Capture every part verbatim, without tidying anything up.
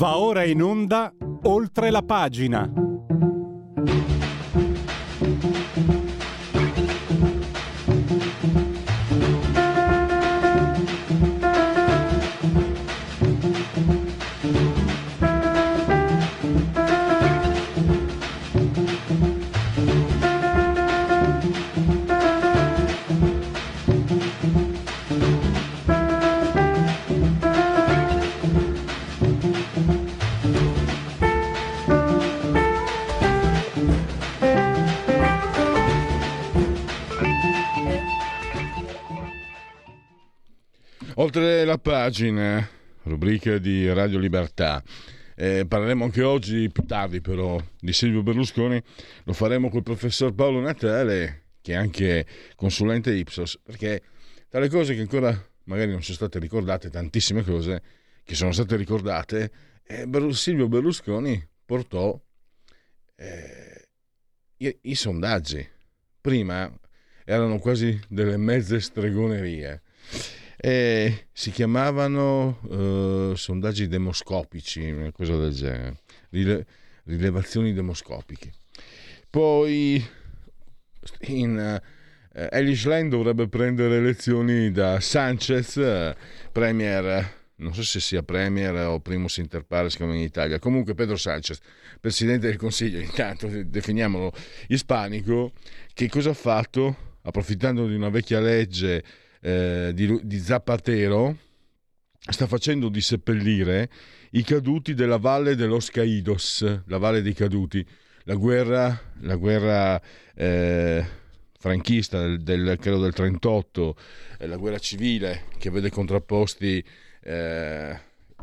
Va ora in onda Oltre la pagina. Oltre la pagina, rubrica di Radio Libertà. Eh, parleremo anche oggi, più tardi però, di Silvio Berlusconi. Lo faremo col professor Paolo Natale, che è anche consulente Ipsos, perché tra le cose che ancora magari non sono state ricordate, tantissime cose che sono state ricordate, eh, Silvio Berlusconi portò eh, i, i sondaggi. Prima erano quasi delle mezze stregonerie. E si chiamavano uh, sondaggi demoscopici, una cosa del genere, Rile- rilevazioni demoscopiche. Poi in uh, Elish Lam dovrebbe prendere lezioni da Sanchez, uh, premier, non so se sia premier o primus inter pares come in Italia, comunque Pedro Sanchez, presidente del Consiglio, intanto definiamolo ispanico, che cosa ha fatto? Approfittando di una vecchia legge Eh, di, di Zapatero, sta facendo disseppellire i caduti della Valle de los Caídos, la Valle dei Caduti, la guerra, la guerra eh, franchista del, del, credo del trentotto, eh, la guerra civile che vede contrapposti eh,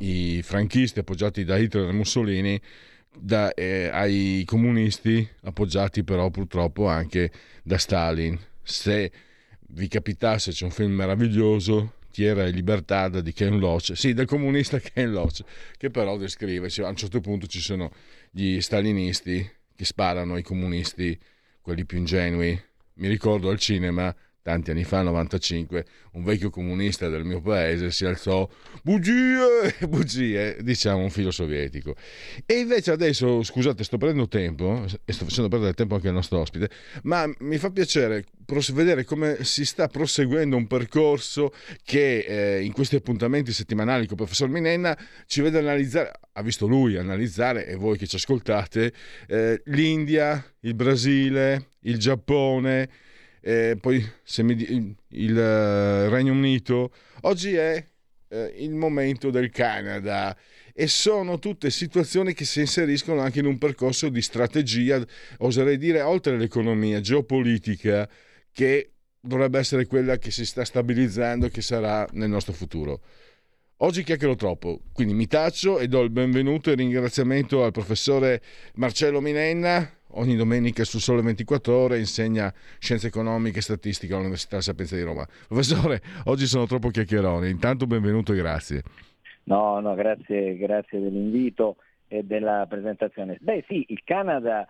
i franchisti appoggiati da Hitler e Mussolini da, eh, ai comunisti appoggiati però purtroppo anche da Stalin. Se vi capitasse, c'è un film meraviglioso, Tierra e Libertà di Ken Loach, sì, del comunista Ken Loach, che però descrive, cioè, a un certo punto ci sono gli stalinisti che sparano ai comunisti, quelli più ingenui. Mi ricordo al cinema, tanti anni fa, novantacinque, un vecchio comunista del mio paese si alzò, bugie, bugie, diciamo un filo sovietico. E invece adesso, scusate, sto prendendo tempo e sto facendo perdere tempo anche al nostro ospite, ma mi fa piacere vedere come si sta proseguendo un percorso che eh, in questi appuntamenti settimanali con il professor Minenna ci vede analizzare, ha visto lui analizzare, e voi che ci ascoltate, eh, l'India, il Brasile, il Giappone, eh, poi se mi, il, il uh, Regno Unito. Oggi è eh, il momento del Canada, e sono tutte situazioni che si inseriscono anche in un percorso di strategia, oserei dire, oltre l'economia geopolitica, che dovrebbe essere quella che si sta stabilizzando e che sarà nel nostro futuro. Oggi chiacchiero troppo, quindi mi taccio e do il benvenuto e ringraziamento al professore Marcello Minenna. Ogni domenica su Sole ventiquattro Ore insegna scienze economiche e statistica all'Università Sapienza di Roma. Professore, oggi sono troppo chiacchieroni, intanto benvenuto e grazie. No, no, grazie, grazie dell'invito e della presentazione. Beh sì, il Canada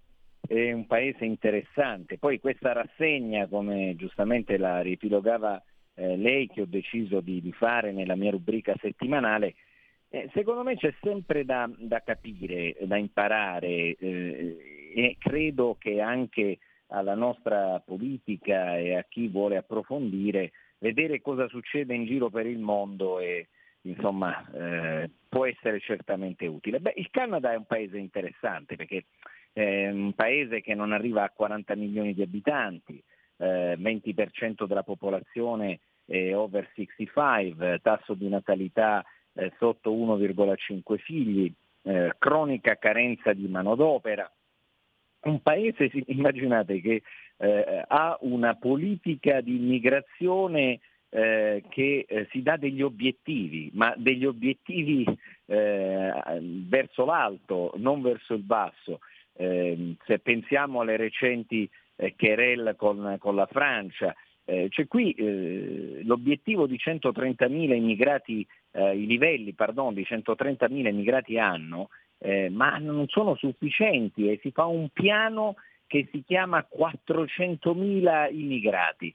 è un paese interessante, poi questa rassegna, come giustamente la riepilogava eh, lei, che ho deciso di, di fare nella mia rubrica settimanale, eh, secondo me c'è sempre da, da capire, da imparare eh, e credo che anche alla nostra politica e a chi vuole approfondire, vedere cosa succede in giro per il mondo e insomma eh, può essere certamente utile. Beh, il Canada è un paese interessante perché è un paese che non arriva a quaranta milioni di abitanti, eh, venti per cento della popolazione è over sessantacinque, tasso di natalità eh, sotto uno virgola cinque figli, eh, cronica carenza di manodopera. Un paese, immaginate, che eh, ha una politica di immigrazione eh, che eh, si dà degli obiettivi, ma degli obiettivi eh, verso l'alto, non verso il basso. Eh, se pensiamo alle recenti eh, querelle con, con la Francia, eh, c'è qui eh, l'obiettivo di centotrentamila immigrati, eh, i livelli pardon, di centotrentamila immigrati anno, eh, ma non sono sufficienti e si fa un piano che si chiama quattrocentomila immigrati.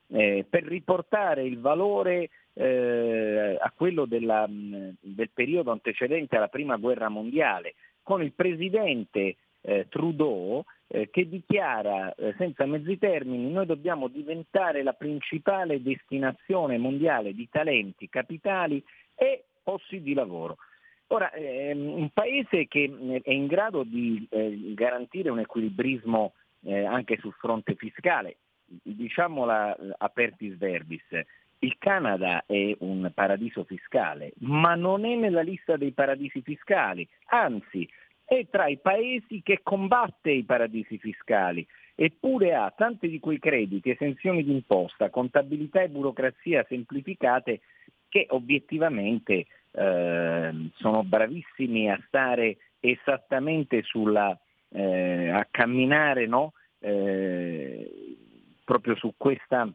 eh, per riportare il valore eh, a quello della, del periodo antecedente alla Prima Guerra Mondiale, con il presidente eh, Trudeau eh, che dichiara eh, senza mezzi termini: noi dobbiamo diventare la principale destinazione mondiale di talenti, capitali e posti di lavoro. Ora, ehm, un paese che è in grado di eh, garantire un equilibrismo eh, anche sul fronte fiscale, diciamola apertis verbis, il Canada è un paradiso fiscale, ma non è nella lista dei paradisi fiscali, anzi è tra i paesi che combatte i paradisi fiscali, eppure ha tanti di quei crediti, esenzioni d'imposta, contabilità e burocrazia semplificate che obiettivamente eh, sono bravissimi a stare esattamente sulla, eh, a camminare, no? Eh, proprio su questa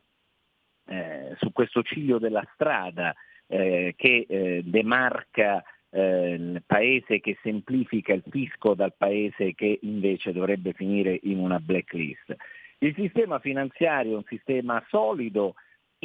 eh, su questo ciglio della strada eh, che eh, demarca eh, il paese che semplifica il fisco dal paese che invece dovrebbe finire in una blacklist. Il sistema finanziario è un sistema solido,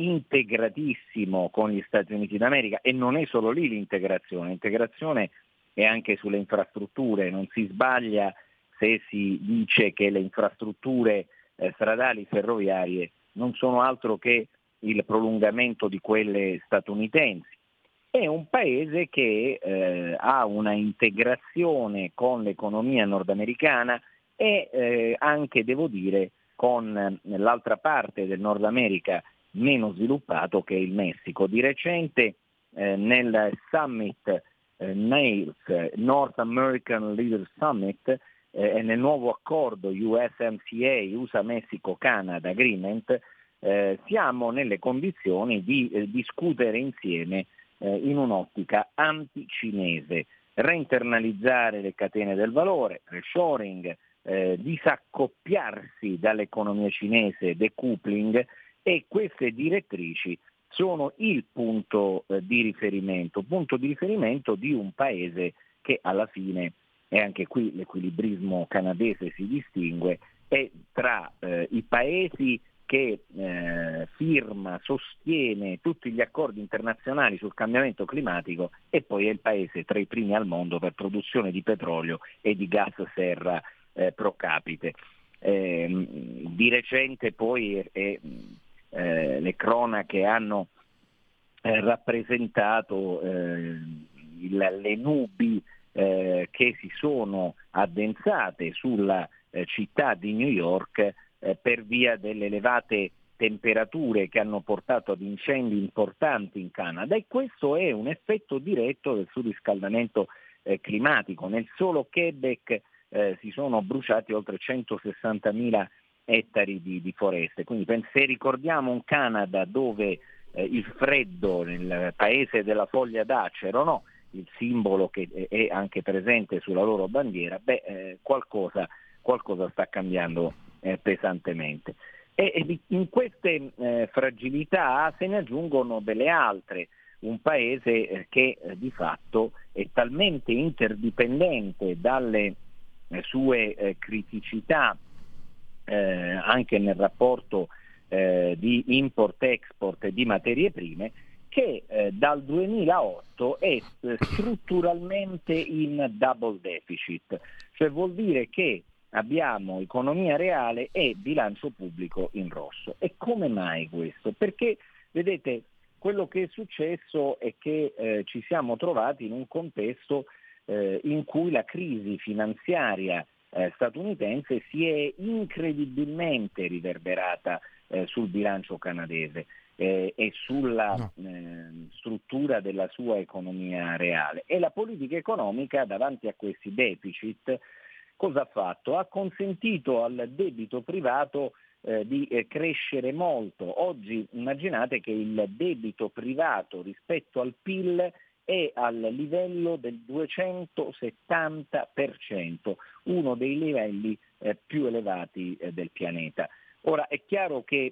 integratissimo con gli Stati Uniti d'America, e non è solo lì l'integrazione, l'integrazione è anche sulle infrastrutture. Non si sbaglia se si dice che le infrastrutture eh, stradali ferroviarie non sono altro che il prolungamento di quelle statunitensi. È un paese che eh, ha una integrazione con l'economia nordamericana e eh, anche, devo dire, con l'altra parte del Nord America meno sviluppato, che è il Messico. Di recente eh, nel Summit eh, NAILS, North American Leaders Summit, eh, e nel nuovo accordo U S M C A, U S A Messico Canada Agreement, eh, siamo nelle condizioni di eh, discutere insieme eh, in un'ottica anti-cinese, reinternalizzare le catene del valore, reshoring, eh, disaccoppiarsi dall'economia cinese, decoupling, e queste direttrici sono il punto eh, di riferimento, punto di riferimento di un paese che alla fine, e anche qui l'equilibrismo canadese si distingue, è tra eh, i paesi che eh, firma, sostiene tutti gli accordi internazionali sul cambiamento climatico, e poi è il paese tra i primi al mondo per produzione di petrolio e di gas serra eh, pro capite. Eh, di recente poi è, è, eh, le cronache hanno eh, rappresentato eh, il, le nubi eh, che si sono addensate sulla eh, città di New York eh, per via delle elevate temperature che hanno portato ad incendi importanti in Canada, e questo è un effetto diretto del surriscaldamento eh, climatico. Nel solo Quebec eh, si sono bruciati oltre centosessantamila ettari di, di foreste. Quindi se ricordiamo un Canada dove eh, il freddo, nel paese della foglia d'acero, no? Il simbolo che è anche presente sulla loro bandiera, beh, eh, qualcosa, qualcosa sta cambiando eh, pesantemente. E, e in queste eh, fragilità se ne aggiungono delle altre. Un paese eh, che eh, di fatto è talmente interdipendente dalle eh, sue eh, criticità eh, anche nel rapporto eh, di import-export e di materie prime, che eh, dal duemilaotto è eh, strutturalmente in double deficit, cioè vuol dire che abbiamo economia reale e bilancio pubblico in rosso. E come mai questo? Perché, vedete, quello che è successo è che eh, ci siamo trovati in un contesto eh, in cui la crisi finanziaria eh, statunitense si è incredibilmente riverberata eh, sul bilancio canadese eh, e sulla no. eh, struttura della sua economia reale. E la politica economica davanti a questi deficit cosa ha fatto? Ha consentito al debito privato eh, di eh, crescere molto. Oggi immaginate che il debito privato rispetto al P I L è al livello del duecentosettanta per cento, uno dei livelli eh, più elevati eh, del pianeta. Ora è chiaro che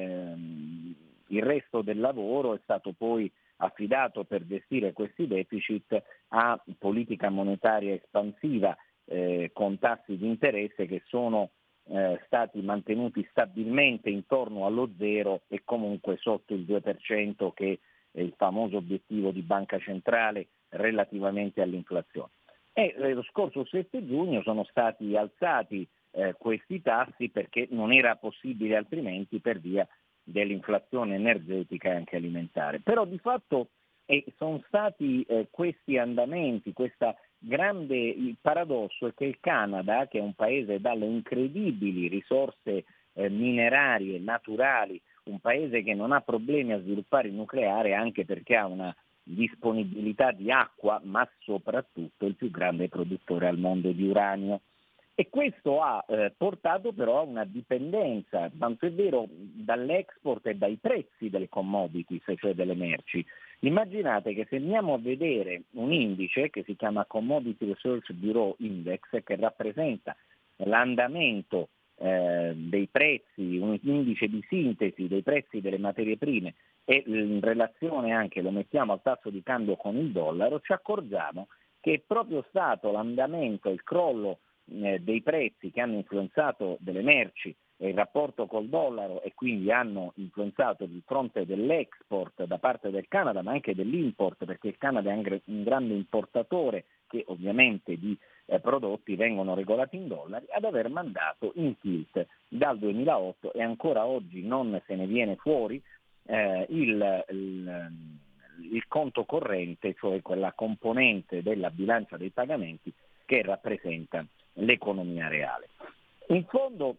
ehm, il resto del lavoro è stato poi affidato per gestire questi deficit a politica monetaria espansiva, Eh, con tassi di interesse che sono eh, stati mantenuti stabilmente intorno allo zero e comunque sotto il due per cento, che è il famoso obiettivo di banca centrale relativamente all'inflazione. E eh, lo scorso sette giugno sono stati alzati eh, questi tassi perché non era possibile altrimenti per via dell'inflazione energetica e anche alimentare. Però di fatto eh, sono stati eh, questi andamenti, questa grande, il paradosso è che il Canada, che è un paese dalle incredibili risorse eh, minerarie, naturali, un paese che non ha problemi a sviluppare il nucleare anche perché ha una disponibilità di acqua, ma soprattutto il più grande produttore al mondo di uranio. E questo ha eh, portato però a una dipendenza, tanto è vero, dall'export e dai prezzi delle commodities, cioè delle merci. Immaginate che se andiamo a vedere un indice che si chiama Commodity Research Bureau Index, che rappresenta l'andamento eh, dei prezzi, un indice di sintesi dei prezzi delle materie prime e in relazione anche, lo mettiamo al tasso di cambio con il dollaro, ci accorgiamo che è proprio stato l'andamento, il crollo eh, dei prezzi che hanno influenzato delle merci e il rapporto col dollaro e quindi hanno influenzato il fronte dell'export da parte del Canada, ma anche dell'import, perché il Canada è un, gr- un grande importatore che ovviamente di eh, prodotti vengono regolati in dollari, ad aver mandato in tilt dal duemilaotto e ancora oggi non se ne viene fuori eh, il, il, il conto corrente, cioè quella componente della bilancia dei pagamenti che rappresenta l'economia reale. In fondo,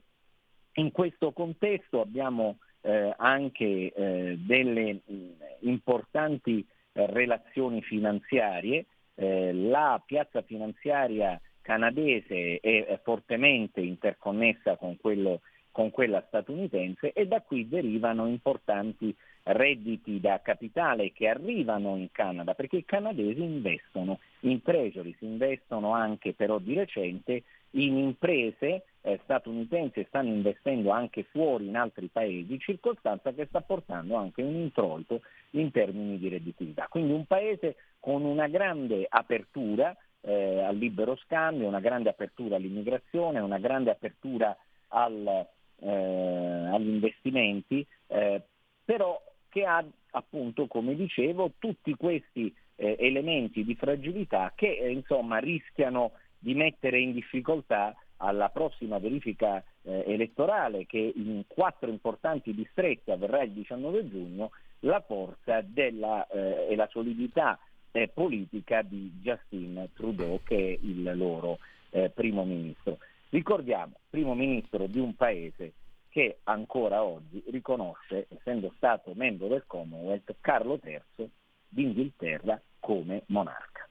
in questo contesto abbiamo eh, anche eh, delle mh, importanti eh, relazioni finanziarie. Eh, la piazza finanziaria canadese è, è fortemente interconnessa con, quello, con quella statunitense e da qui derivano importanti redditi da capitale che arrivano in Canada, perché i canadesi investono in treasuries, investono anche però di recente in imprese eh, statunitensi, stanno investendo anche fuori in altri paesi, circostanza che sta portando anche un introito in termini di redditività. Quindi un paese con una grande apertura eh, al libero scambio, una grande apertura all'immigrazione, una grande apertura al, eh, agli investimenti, eh, però che ha appunto, come dicevo, tutti questi eh, elementi di fragilità che eh, insomma rischiano di mettere in difficoltà alla prossima verifica eh, elettorale, che in quattro importanti distretti avverrà il diciannove giugno, la forza della, eh, e la solidità eh, politica di Justin Trudeau, che è il loro eh, primo ministro. Ricordiamo, primo ministro di un paese che ancora oggi riconosce, essendo stato membro del Commonwealth, Carlo terzo d'Inghilterra come monarca.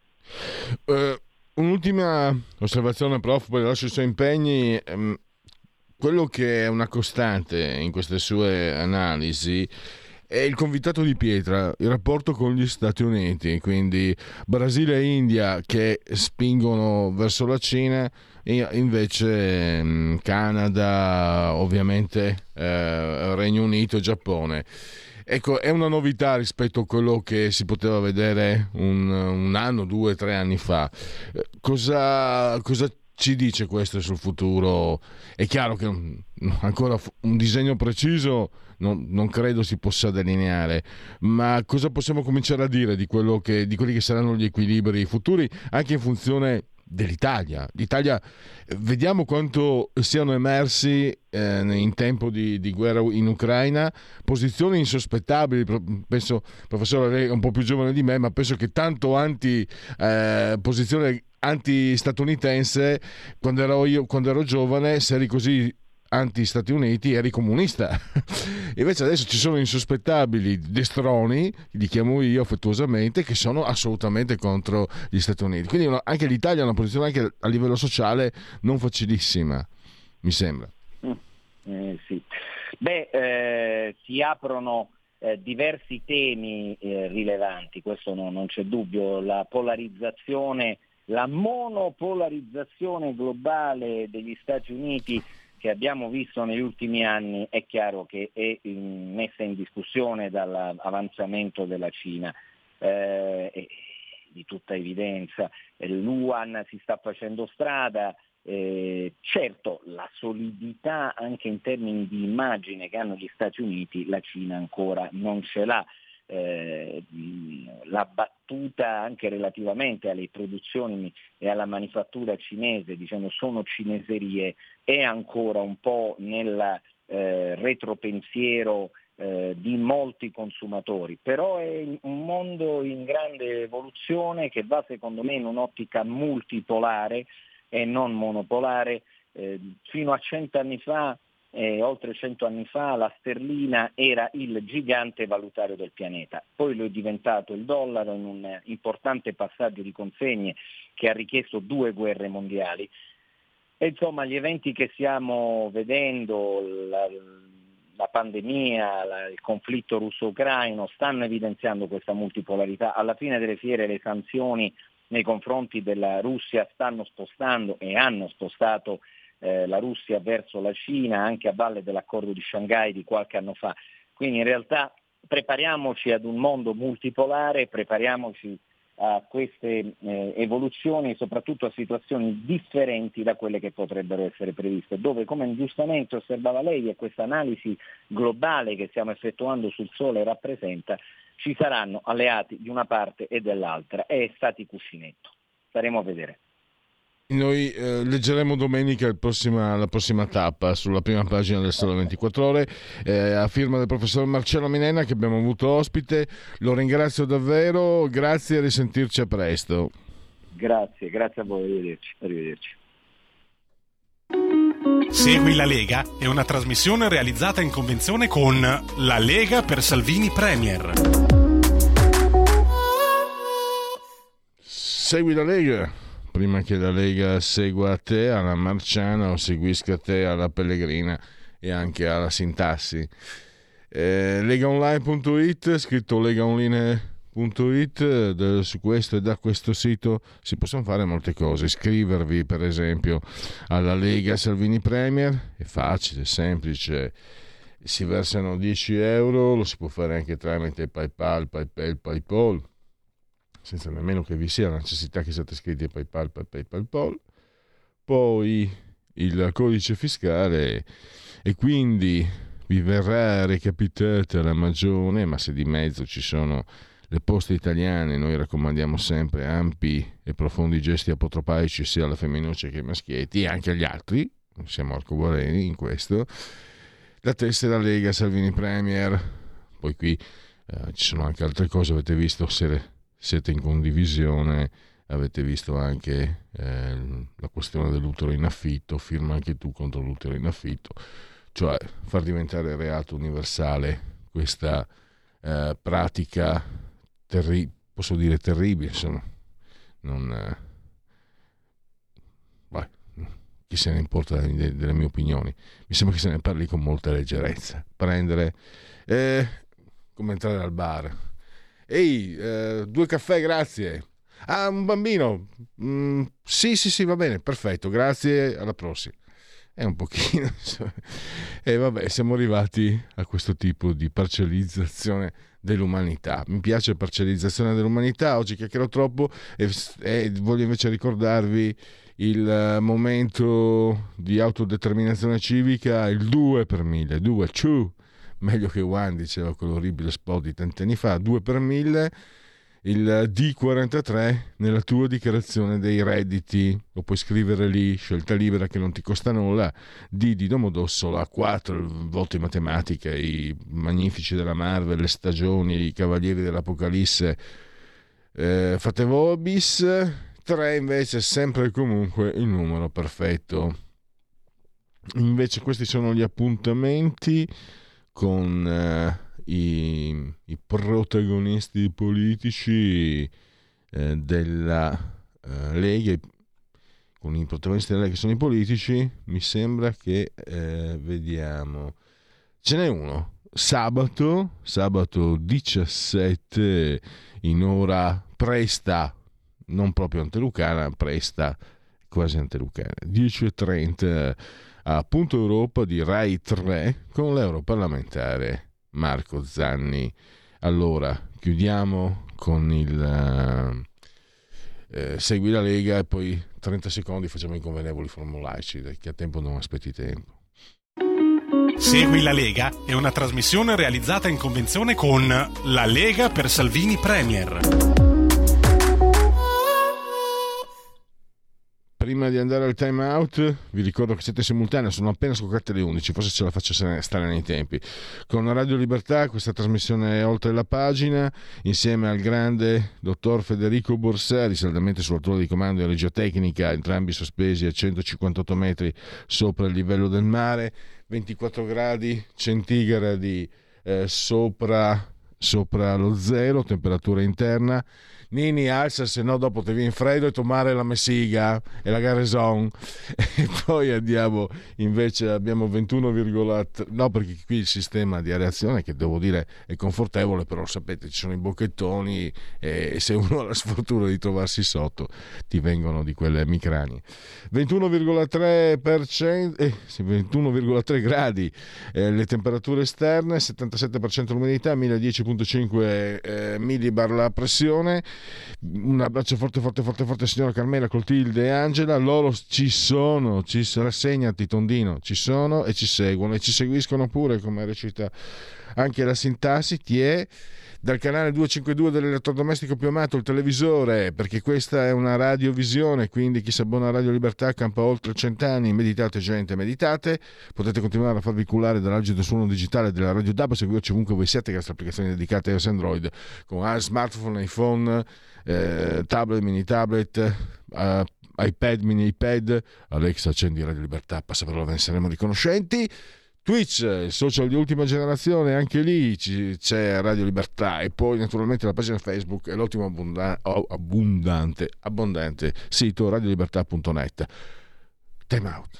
Uh, un'ultima osservazione, prof, poi lascio i suoi impegni. Um, quello che è una costante in queste sue analisi è il convitato di pietra, il rapporto con gli Stati Uniti, quindi Brasile e India che spingono verso la Cina, e invece Canada, ovviamente eh, Regno Unito e Giappone. Ecco, è una novità rispetto a quello che si poteva vedere un, un anno, due, tre anni fa. Cosa, cosa ci dice questo sul futuro? È chiaro che ancora un disegno preciso non, non credo si possa delineare, ma cosa possiamo cominciare a dire di quello che, di quelli che saranno gli equilibri futuri, anche in funzione dell'Italia. L'Italia, vediamo quanto siano emersi eh, in tempo di, di guerra in Ucraina posizioni insospettabili. Penso, professore, lei è un po' più giovane di me, ma penso che tanto anti eh, posizione anti-statunitense, quando ero io, quando ero giovane, se eri così anti-Stati Uniti eri comunista. Invece adesso ci sono insospettabili destroni, li chiamo io affettuosamente, che sono assolutamente contro gli Stati Uniti. Quindi una, anche l'Italia ha una posizione anche a livello sociale non facilissima, mi sembra. Mm, eh, sì. Beh, eh, si aprono eh, diversi temi eh, rilevanti, questo no, non c'è dubbio. La polarizzazione, la monopolarizzazione globale degli Stati Uniti che abbiamo visto negli ultimi anni è chiaro che è in, messa in discussione dall'avanzamento della Cina. Eh, è di tutta evidenza, l'U A N si sta facendo strada, Eh, certo, la solidità anche in termini di immagine che hanno gli Stati Uniti, la Cina ancora non ce l'ha. Eh, la battuta anche relativamente alle produzioni e alla manifattura cinese, diciamo, sono cineserie, è ancora un po' nel eh, retropensiero eh, di molti consumatori, però è un mondo in grande evoluzione che va secondo me in un'ottica multipolare e non monopolare. Eh, fino a cent'anni fa, eh, oltre cento anni fa, la sterlina era il gigante valutario del pianeta, poi lo è diventato il dollaro in un importante passaggio di consegne che ha richiesto due guerre mondiali. E insomma gli eventi che stiamo vedendo, la, la pandemia, la, il conflitto russo-ucraino, stanno evidenziando questa multipolarità. Alla fine delle fiere le sanzioni nei confronti della Russia stanno spostando e hanno spostato eh, la Russia verso la Cina, anche a valle dell'accordo di Shanghai di qualche anno fa. Quindi in realtà prepariamoci ad un mondo multipolare, prepariamoci a queste eh, evoluzioni e soprattutto a situazioni differenti da quelle che potrebbero essere previste, dove, come giustamente osservava lei e questa analisi globale che stiamo effettuando sul Sole rappresenta, ci saranno alleati di una parte e dell'altra e stati cuscinetto. Staremo a vedere. Noi eh, leggeremo domenica il prossima, la prossima tappa sulla prima pagina del Sole ventiquattro Ore, eh, a firma del professor Marcello Minenna, che abbiamo avuto ospite. Lo ringrazio davvero, grazie e risentirci a presto. Grazie, grazie a voi, arrivederci. Arrivederci. Segui la Lega è una trasmissione realizzata in convenzione con La Lega per Salvini Premier. Segui la Lega prima che la Lega segua te alla Marciana o seguisca te alla Pellegrina e anche alla Sintassi. Eh, legaonline punto it, scritto legaonline punto it, da, su questo e da questo sito si possono fare molte cose. Iscrivervi per esempio alla Lega Salvini Premier è facile, semplice, si versano dieci euro, lo si può fare anche tramite PayPal, PayPal, PayPal, senza nemmeno che vi sia la necessità che siate iscritti a PayPal, PayPal, PayPal. Poi il codice fiscale e quindi vi verrà recapitata la magione, ma se di mezzo ci sono le poste italiane, noi raccomandiamo sempre ampi e profondi gesti apotropaici sia alle femminucce che ai maschietti e anche agli altri, siamo arcobaleni in questo. La tessera Lega Salvini Premier, poi qui eh, ci sono anche altre cose, avete visto, se siete in condivisione, avete visto anche eh, la questione dell'utero in affitto, firma anche tu contro l'utero in affitto, cioè far diventare reato universale questa eh, pratica, terri- posso dire terribile, insomma, non, eh, vai, chi se ne importa delle, delle mie opinioni, mi sembra che se ne parli con molta leggerezza, prendere, eh, come entrare al bar, ehi, eh, due caffè, grazie. Ah, un bambino, mm, sì sì sì, va bene, perfetto, grazie, alla prossima. È un pochino e vabbè, siamo arrivati a questo tipo di parcellizzazione dell'umanità. Mi piace parcellizzazione dell'umanità, oggi chiacchierò troppo e, e voglio invece ricordarvi il momento di autodeterminazione civica, il due per mille, due, two, meglio che one, diceva quell'orribile spot di tanti anni fa, due per mille, il D quarantatré nella tua dichiarazione dei redditi, lo puoi scrivere lì, scelta libera che non ti costa nulla, D di Domodossola, quattro, il voto in matematica, i magnifici della Marvel, le stagioni, i cavalieri dell'Apocalisse, eh, fate vobis, tre invece sempre e comunque il numero perfetto. Invece questi sono gli appuntamenti con eh, i, i protagonisti politici eh, della eh, Lega, con i protagonisti della Lega che sono i politici. Mi sembra che eh, vediamo, ce n'è uno sabato sabato diciassette in ora presta, non proprio antelucana, presta quasi antelucana, dieci e trenta a Punto Europa di Rai tre con l'europarlamentare Marco Zanni. Allora chiudiamo con il eh, segui la Lega e poi trenta secondi facciamo inconvenevoli formulaici, che a tempo non aspetti tempo. Segui la Lega è una trasmissione realizzata in convenzione con La Lega per Salvini Premier. Prima di andare al time out vi ricordo che siete simultanei, sono appena scoccate le undici, forse ce la faccio stare nei tempi. Con Radio Libertà questa trasmissione è Oltre la pagina, insieme al grande dottor Federico Borsari, saldamente sulla torre di comando in regia tecnica, entrambi sospesi a centocinquantotto metri sopra il livello del mare, ventiquattro gradi centigradi eh, sopra, sopra lo zero, temperatura interna. Nini, alza, se no dopo ti viene freddo e tomare la Messiga e la Garrison. E poi andiamo, invece abbiamo ventuno virgola tre, no, perché qui il sistema di areazione, che devo dire è confortevole, però sapete ci sono i bocchettoni e se uno ha la sfortuna di trovarsi sotto ti vengono di quelle emicranie. ventuno virgola tre per cento, eh, ventuno virgola tre gradi eh, le temperature esterne, settantasette per cento l'umidità, mille dieci virgola cinque eh, millibar la pressione. Un abbraccio forte forte forte forte signora Carmela, Clotilde e Angela. Loro ci sono, ci rassegnati Tondino, ci sono e ci seguono e ci seguiscono pure, come recita anche la sintassi. Ti è dal canale duecentocinquantadue dell'elettrodomestico più amato, il televisore, perché questa è una radiovisione, quindi chi si abbona a Radio Libertà campa oltre cent'anni. Meditate gente, meditate. Potete continuare a farvi cullare dall'algido suono digitale della Radio D A B, seguirci ovunque voi siete grazie a applicazioni dedicate a iOS e Android, con smartphone, iPhone, eh, tablet, mini tablet, eh, iPad, mini iPad. Alexa, accendi Radio Libertà, passa parola, ve ne saremo riconoscenti. Twitch, il social di ultima generazione, anche lì c'è Radio Libertà, e poi naturalmente la pagina Facebook e l'ottimo abbonda- abbondante, abbondante sito radiolibertà punto net. Time out.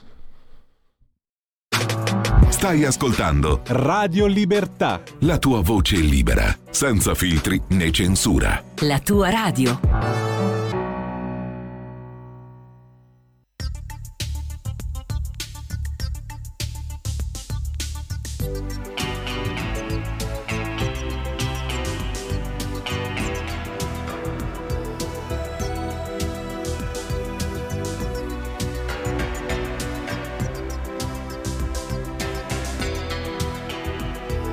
Stai ascoltando Radio Libertà, la tua voce libera, senza filtri né censura. La tua radio.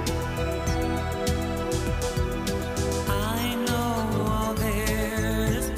I know all this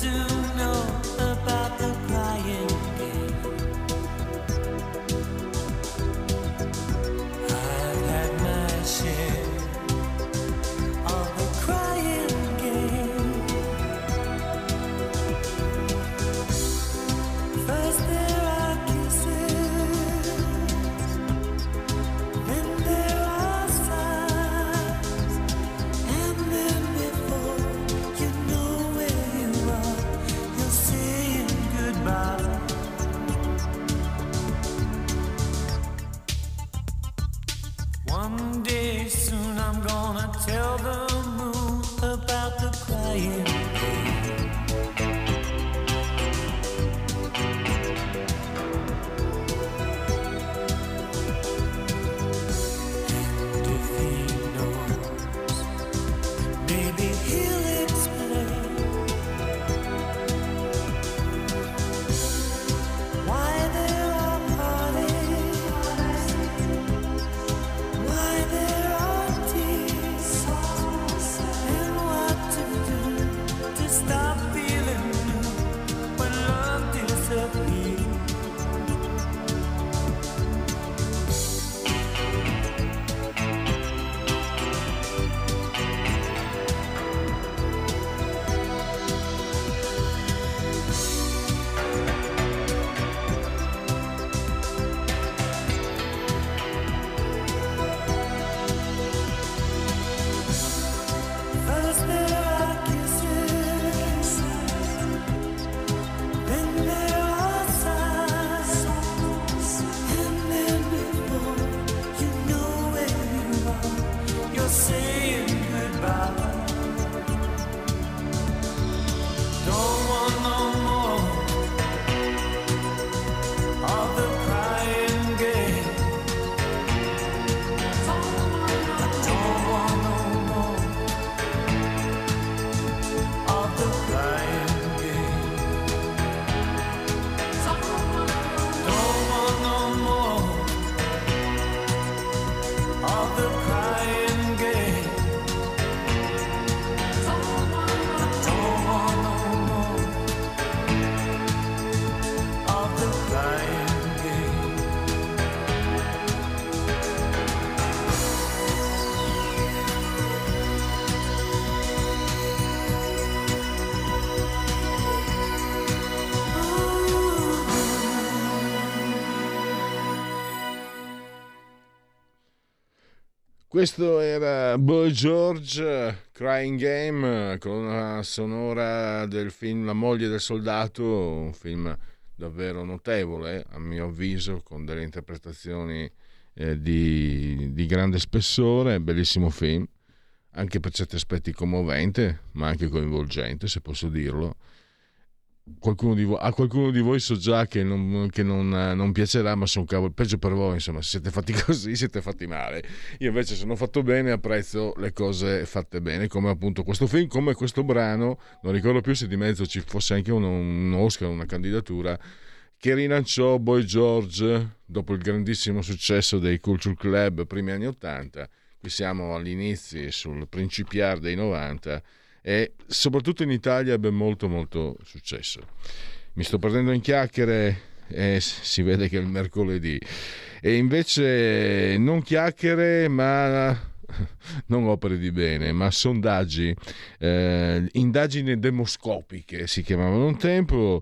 Questo era Boy George, Crying Game, con una sonora del film La moglie del soldato, un film davvero notevole a mio avviso, con delle interpretazioni eh, di, di grande spessore, bellissimo film, anche per certi aspetti commovente, ma anche coinvolgente, se posso dirlo. Qualcuno di voi, a qualcuno di voi so già che non, che non, non piacerà, ma sono cavolo, peggio per voi, insomma, se siete fatti così siete fatti male. Io invece sono fatto bene, apprezzo le cose fatte bene, come appunto questo film, come questo brano, non ricordo più se di mezzo ci fosse anche un, un Oscar, una candidatura, che rilanciò Boy George dopo il grandissimo successo dei Culture Club primi anni ottanta. Qui siamo agli inizi, sul principiare dei novanta, e soprattutto in Italia ebbe molto molto successo. Mi sto perdendo in chiacchiere e si vede che è il mercoledì, e invece non chiacchiere ma non opere di bene, ma sondaggi, eh, indagini demoscopiche si chiamavano un tempo,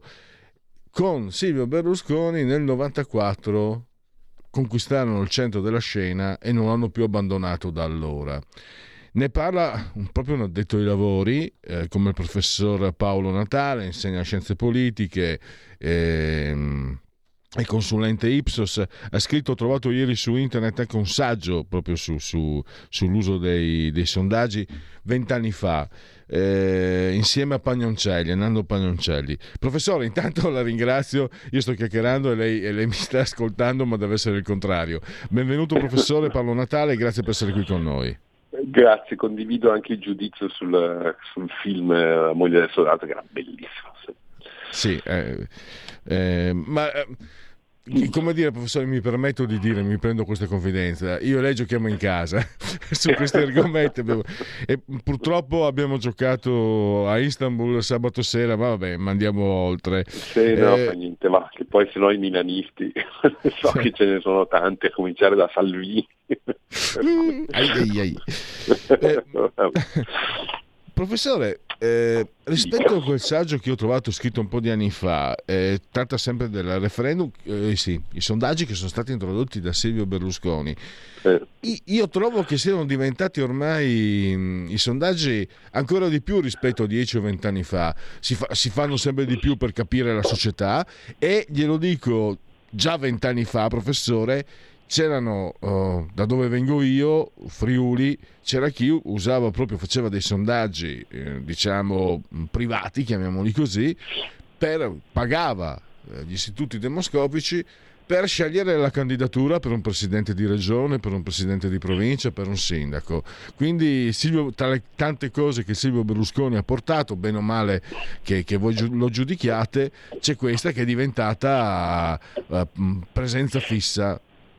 con Silvio Berlusconi nel novantaquattro conquistarono il centro della scena e non l'hanno più abbandonato da allora. Ne parla un, proprio un addetto ai lavori, eh, come il professor Paolo Natale, insegna scienze politiche, ehm, è consulente Ipsos, ha scritto, ho trovato ieri su internet anche un saggio proprio su, su, sull'uso dei, dei sondaggi vent'anni fa, eh, insieme a Pagnoncelli, a Nando Pagnoncelli. Professore, intanto la ringrazio, io sto chiacchierando e lei, e lei mi sta ascoltando, ma deve essere il contrario. Benvenuto professore Paolo Natale, grazie per essere qui con noi. Grazie, condivido anche il giudizio sul, sul film La moglie del soldato, che era bellissimo. Sì, eh, eh, ma eh, come dire, professore, mi permetto di dire, mi prendo questa confidenza, io e lei giochiamo in casa su questi argomenti e purtroppo abbiamo giocato a Istanbul sabato sera, ma vabbè, ma andiamo oltre. Sì, no, eh, fa niente, ma che poi se no i milanisti so sì. Che ce ne sono tanti, a cominciare da Salvini. ai, ai, ai. Eh, professore, eh, rispetto a quel saggio che ho trovato scritto un po' di anni fa, eh, tratta sempre del referendum, eh, sì, i sondaggi che sono stati introdotti da Silvio Berlusconi. Eh. Io trovo che siano diventati ormai mh, i sondaggi ancora di più rispetto a dieci o venti anni fa. Si, fa, si fanno sempre di più per capire la società, e glielo dico, già vent'anni fa, professore, c'erano, uh, da dove vengo io, Friuli, c'era chi usava proprio, faceva dei sondaggi, eh, diciamo, privati, chiamiamoli così, per, pagava eh, gli istituti demoscopici per scegliere la candidatura per un presidente di regione, per un presidente di provincia, per un sindaco. Quindi Silvio, tra le tante cose che Silvio Berlusconi ha portato, bene o male che, che voi lo giudichiate, c'è questa che è diventata uh, presenza fissa.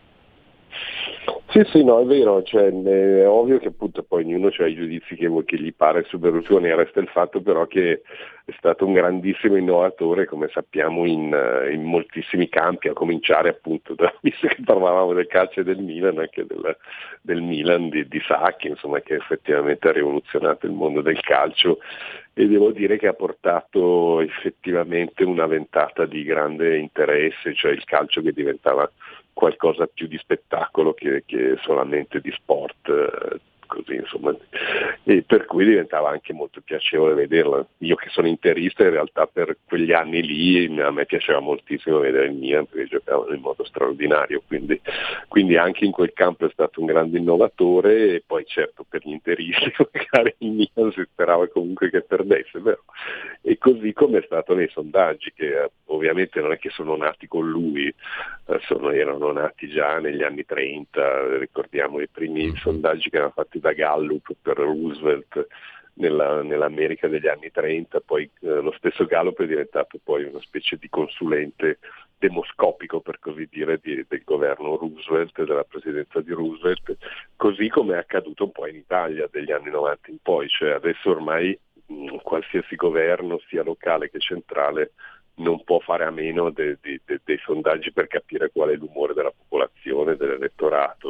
Sì, sì, no, è vero, cioè, è ovvio che appunto poi ognuno ha i giudizi che, che gli pare su Berlusconi, resta il fatto però che è stato un grandissimo innovatore, come sappiamo, in, in moltissimi campi, a cominciare appunto da, visto che parlavamo del calcio e del Milan, anche del, del Milan di, di Sacchi, insomma, che effettivamente ha rivoluzionato il mondo del calcio, e devo dire che ha portato effettivamente una ventata di grande interesse, cioè il calcio che diventava qualcosa più di spettacolo che, che solamente di sport, eh, così insomma, e per cui diventava anche molto piacevole vederla. Io che sono interista, in realtà per quegli anni lì a me piaceva moltissimo vedere il Milan, perché giocavano in modo straordinario, quindi, quindi anche in quel campo è stato un grande innovatore. E poi certo per gli interisti magari il Milan si sperava comunque che perdesse, però. E così come è stato nei sondaggi, che eh, ovviamente non è che sono nati con lui, eh, sono, erano nati già negli anni trenta, ricordiamo i primi sondaggi che erano fatti da Gallup per Roosevelt nella, nell'America degli anni trenta, poi eh, lo stesso Gallup è diventato poi una specie di consulente demoscopico, per così dire, di, del governo Roosevelt, della presidenza di Roosevelt, così come è accaduto un po' in Italia degli anni novanta in poi, cioè adesso ormai mh, qualsiasi governo, sia locale che centrale, non può fare a meno de, de, de, dei sondaggi per capire qual è l'umore della popolazione, dell'elettorato.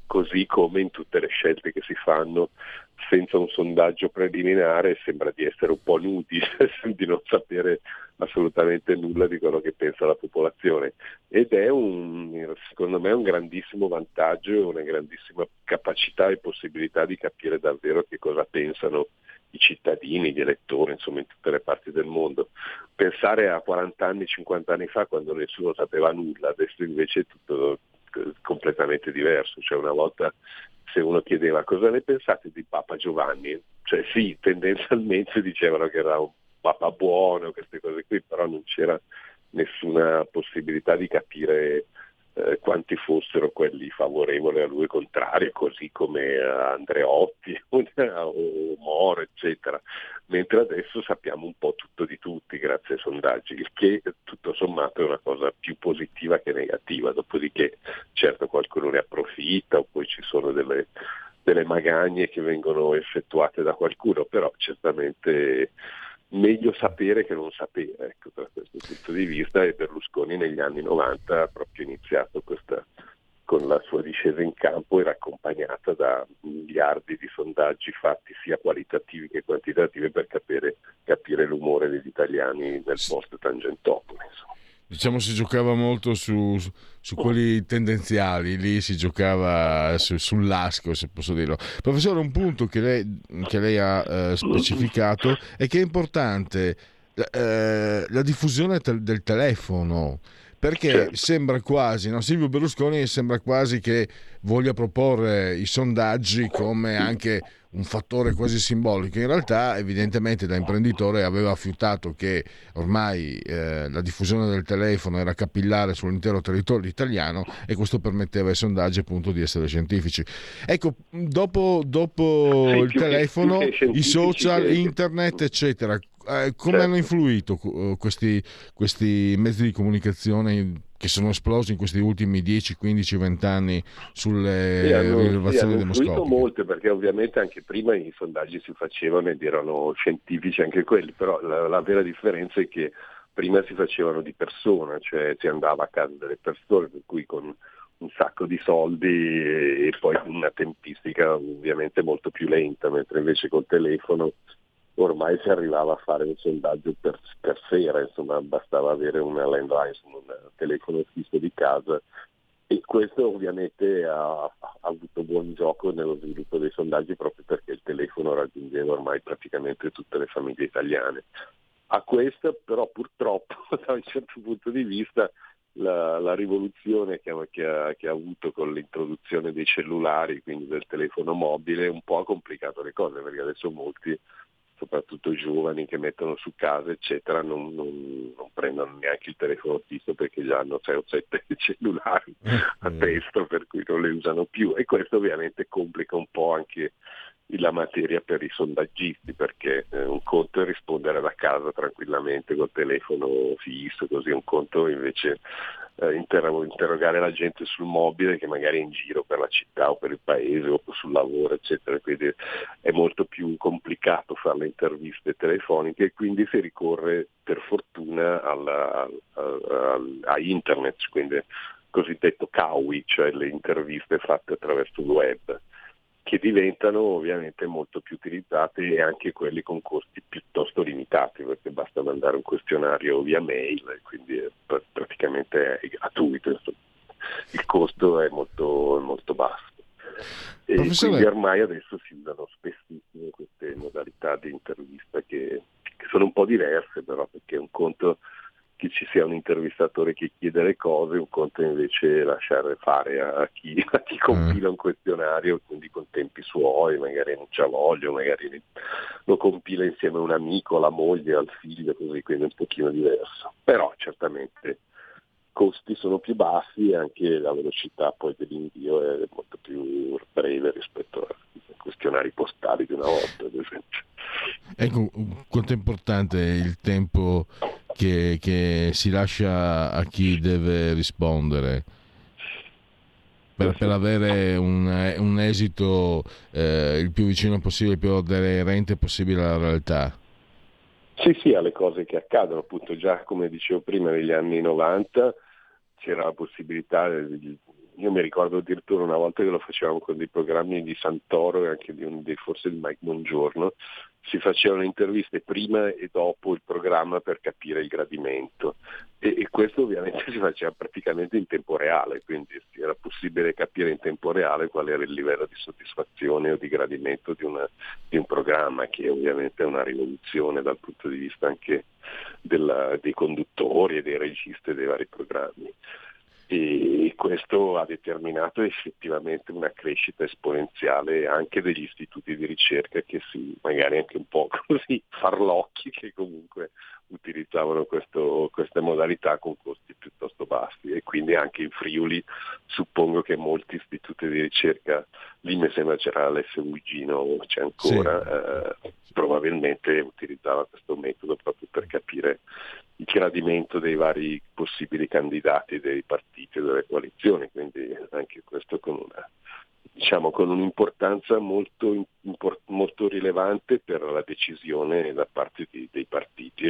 così come in tutte le scelte che si fanno senza un sondaggio preliminare sembra di essere un po' nudi, di non sapere assolutamente nulla di quello che pensa la popolazione, ed è un, secondo me un grandissimo vantaggio e una grandissima capacità e possibilità di capire davvero che cosa pensano i cittadini, gli elettori, insomma in tutte le parti del mondo. Pensare a quaranta anni, cinquanta anni fa, quando nessuno sapeva nulla, adesso invece è tutto completamente diverso. Cioè, una volta se uno chiedeva cosa ne pensate di Papa Giovanni, cioè sì, tendenzialmente dicevano che era un Papa buono, queste cose qui, però non c'era nessuna possibilità di capire eh, quanti fossero quelli favorevoli a lui e contrari, così come Andreotti o Moro, eccetera. Mentre adesso sappiamo un po' tutto di tutti grazie ai sondaggi, il che tutto sommato è una cosa più positiva che negativa. Dopodiché certo qualcuno ne approfitta, o poi ci sono delle, delle magagne che vengono effettuate da qualcuno, però certamente meglio sapere che non sapere, ecco, da questo punto di vista. E Berlusconi negli anni novanta ha proprio iniziato questa, con la sua discesa in campo, era accompagnata da miliardi di sondaggi fatti sia qualitativi che quantitativi per capire, capire l'umore degli italiani nel post Tangentopoli. Insomma. Diciamo si giocava molto su, su quelli tendenziali, lì si giocava su, sull'asco, se posso dirlo. Professore, un punto che lei, che lei ha eh, specificato è che è importante eh, la diffusione te- del telefono, perché certo. sembra quasi, no? Silvio Berlusconi sembra quasi che voglia proporre i sondaggi come anche un fattore quasi simbolico. In realtà evidentemente da imprenditore aveva fiutato che ormai eh, la diffusione del telefono era capillare sull'intero territorio italiano, e questo permetteva ai sondaggi appunto di essere scientifici. Ecco, dopo, dopo sì, il telefono, che, i social, che... internet eccetera, eh, come certo. hanno influito uh, questi, questi mezzi di comunicazione che sono esplosi in questi ultimi dieci, quindici, venti anni sulle sì, hanno, rilevazioni sì, demoscopiche? Hanno influito molte, perché ovviamente anche prima i sondaggi si facevano ed erano scientifici anche quelli, però la, la vera differenza è che prima si facevano di persona, cioè si andava a casa delle persone, per cui con un sacco di soldi e poi una tempistica ovviamente molto più lenta, mentre invece col telefono ormai si arrivava a fare un sondaggio per, per sera, insomma bastava avere una landline, un telefono fisso di casa, e questo ovviamente ha, ha avuto buon gioco nello sviluppo dei sondaggi, proprio perché il telefono raggiungeva ormai praticamente tutte le famiglie italiane. A questo però purtroppo da un certo punto di vista la, la rivoluzione che ha, che, ha, che ha avuto con l'introduzione dei cellulari, quindi del telefono mobile, un po' ha complicato le cose, perché adesso molti, soprattutto giovani che mettono su casa eccetera, non, non, non prendono neanche il telefono fisso perché già hanno sei o sette cellulari a testa, per cui non le usano più, e questo ovviamente complica un po' anche la materia per i sondaggisti, perché eh, un conto è rispondere da casa tranquillamente col telefono fisso, così un conto invece eh, inter- interrogare la gente sul mobile che magari è in giro per la città o per il paese o sul lavoro eccetera, quindi è molto più complicato fare le interviste telefoniche, e quindi si ricorre per fortuna alla, alla, a internet, quindi cosiddetto C A U I, cioè le interviste fatte attraverso il web, che diventano ovviamente molto più utilizzate, e anche quelli con costi piuttosto limitati, perché basta mandare un questionario via mail e quindi è pr- praticamente è gratuito, insomma. Il costo è molto, molto basso. E Professore... quindi ormai adesso si usano spessissimo queste modalità di intervista che, che sono un po' diverse, però, perché un conto che ci sia un intervistatore che chiede le cose, un conto invece lasciare fare a chi, a chi compila un questionario, quindi con tempi suoi, magari non c'ha voglia, magari lo compila insieme a un amico, alla moglie, al figlio, così, quindi è un pochino diverso. Però certamente i costi sono più bassi e anche la velocità poi dell'invio è molto più breve rispetto ai questionari postali di una volta, ad esempio. Ecco, quanto è importante il tempo che, che si lascia a chi deve rispondere per, per avere un, un esito eh, il più vicino possibile, il più aderente possibile alla realtà. Sì, sì, alle cose che accadono, appunto. Già come dicevo prima, negli anni novanta c'era la possibilità di io mi ricordo addirittura una volta che lo facevamo con dei programmi di Santoro e anche di un, di, forse di Mike Bongiorno, si facevano interviste prima e dopo il programma per capire il gradimento e, e questo ovviamente si faceva praticamente in tempo reale, quindi era possibile capire in tempo reale qual era il livello di soddisfazione o di gradimento di, una, di un programma, che ovviamente è una rivoluzione dal punto di vista anche della, dei conduttori e dei registi dei vari programmi. E questo ha determinato effettivamente una crescita esponenziale anche degli istituti di ricerca, che si magari anche un po' così farlocchi, che comunque utilizzavano questo, queste modalità con costi piuttosto bassi, e quindi anche in Friuli suppongo che molti istituti di ricerca, lì mi sembra c'era l'F U I Gino, c'è ancora, sì. eh, probabilmente utilizzava questo metodo proprio per capire il gradimento dei vari possibili candidati dei partiti e delle coalizioni, quindi anche questo con una, diciamo, con un'importanza molto, import, molto rilevante per la decisione da parte di, dei partiti.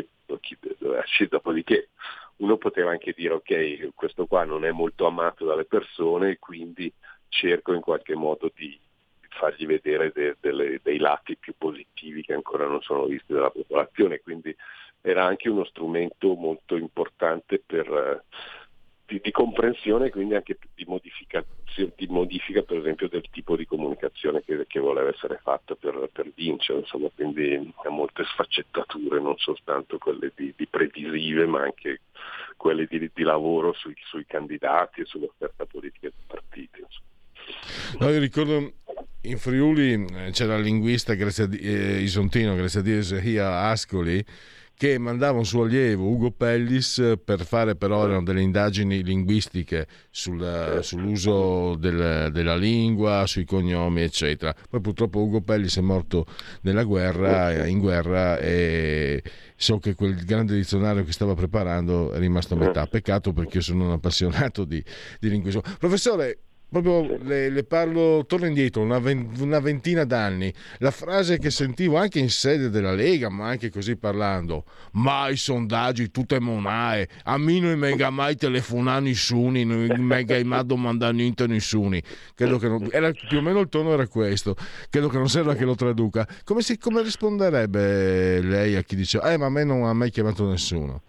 Dopodiché uno poteva anche dire ok, questo qua non è molto amato dalle persone, quindi cerco in qualche modo di fargli vedere de, delle, dei lati più positivi che ancora non sono visti dalla popolazione, quindi era anche uno strumento molto importante per, di, di comprensione, quindi anche di modifica, di modifica per esempio del tipo di comunicazione che, che voleva essere fatta per, per vincere, insomma, quindi ha molte sfaccettature, non soltanto quelle di, di previsive, ma anche quelle di, di lavoro sui, sui candidati e sull'offerta politica dei partiti, insomma. No, io ricordo in Friuli c'era il linguista Grazia, eh, isontino Grazia Esehia Ascoli, che mandava un suo allievo Ugo Pellis per fare, però erano delle indagini linguistiche sul, sull'uso del, della lingua, sui cognomi eccetera. Poi purtroppo Ugo Pellis è morto nella guerra, in guerra, e so che quel grande dizionario che stava preparando è rimasto a metà. Peccato, perché io sono un appassionato di, di linguismo. Professore, proprio le, le parlo, torno indietro una, vent, una ventina d'anni, la frase che sentivo anche in sede della Lega, ma anche così parlando: ma i sondaggi tutte monae, a me non mega mai telefonare nessuno, non mega mai domandare niente nessuno. Credo che non, era più o meno il tono era questo, credo che non serva che lo traduca. Come, si, come risponderebbe lei a chi dice eh ma a me non ha mai chiamato nessuno?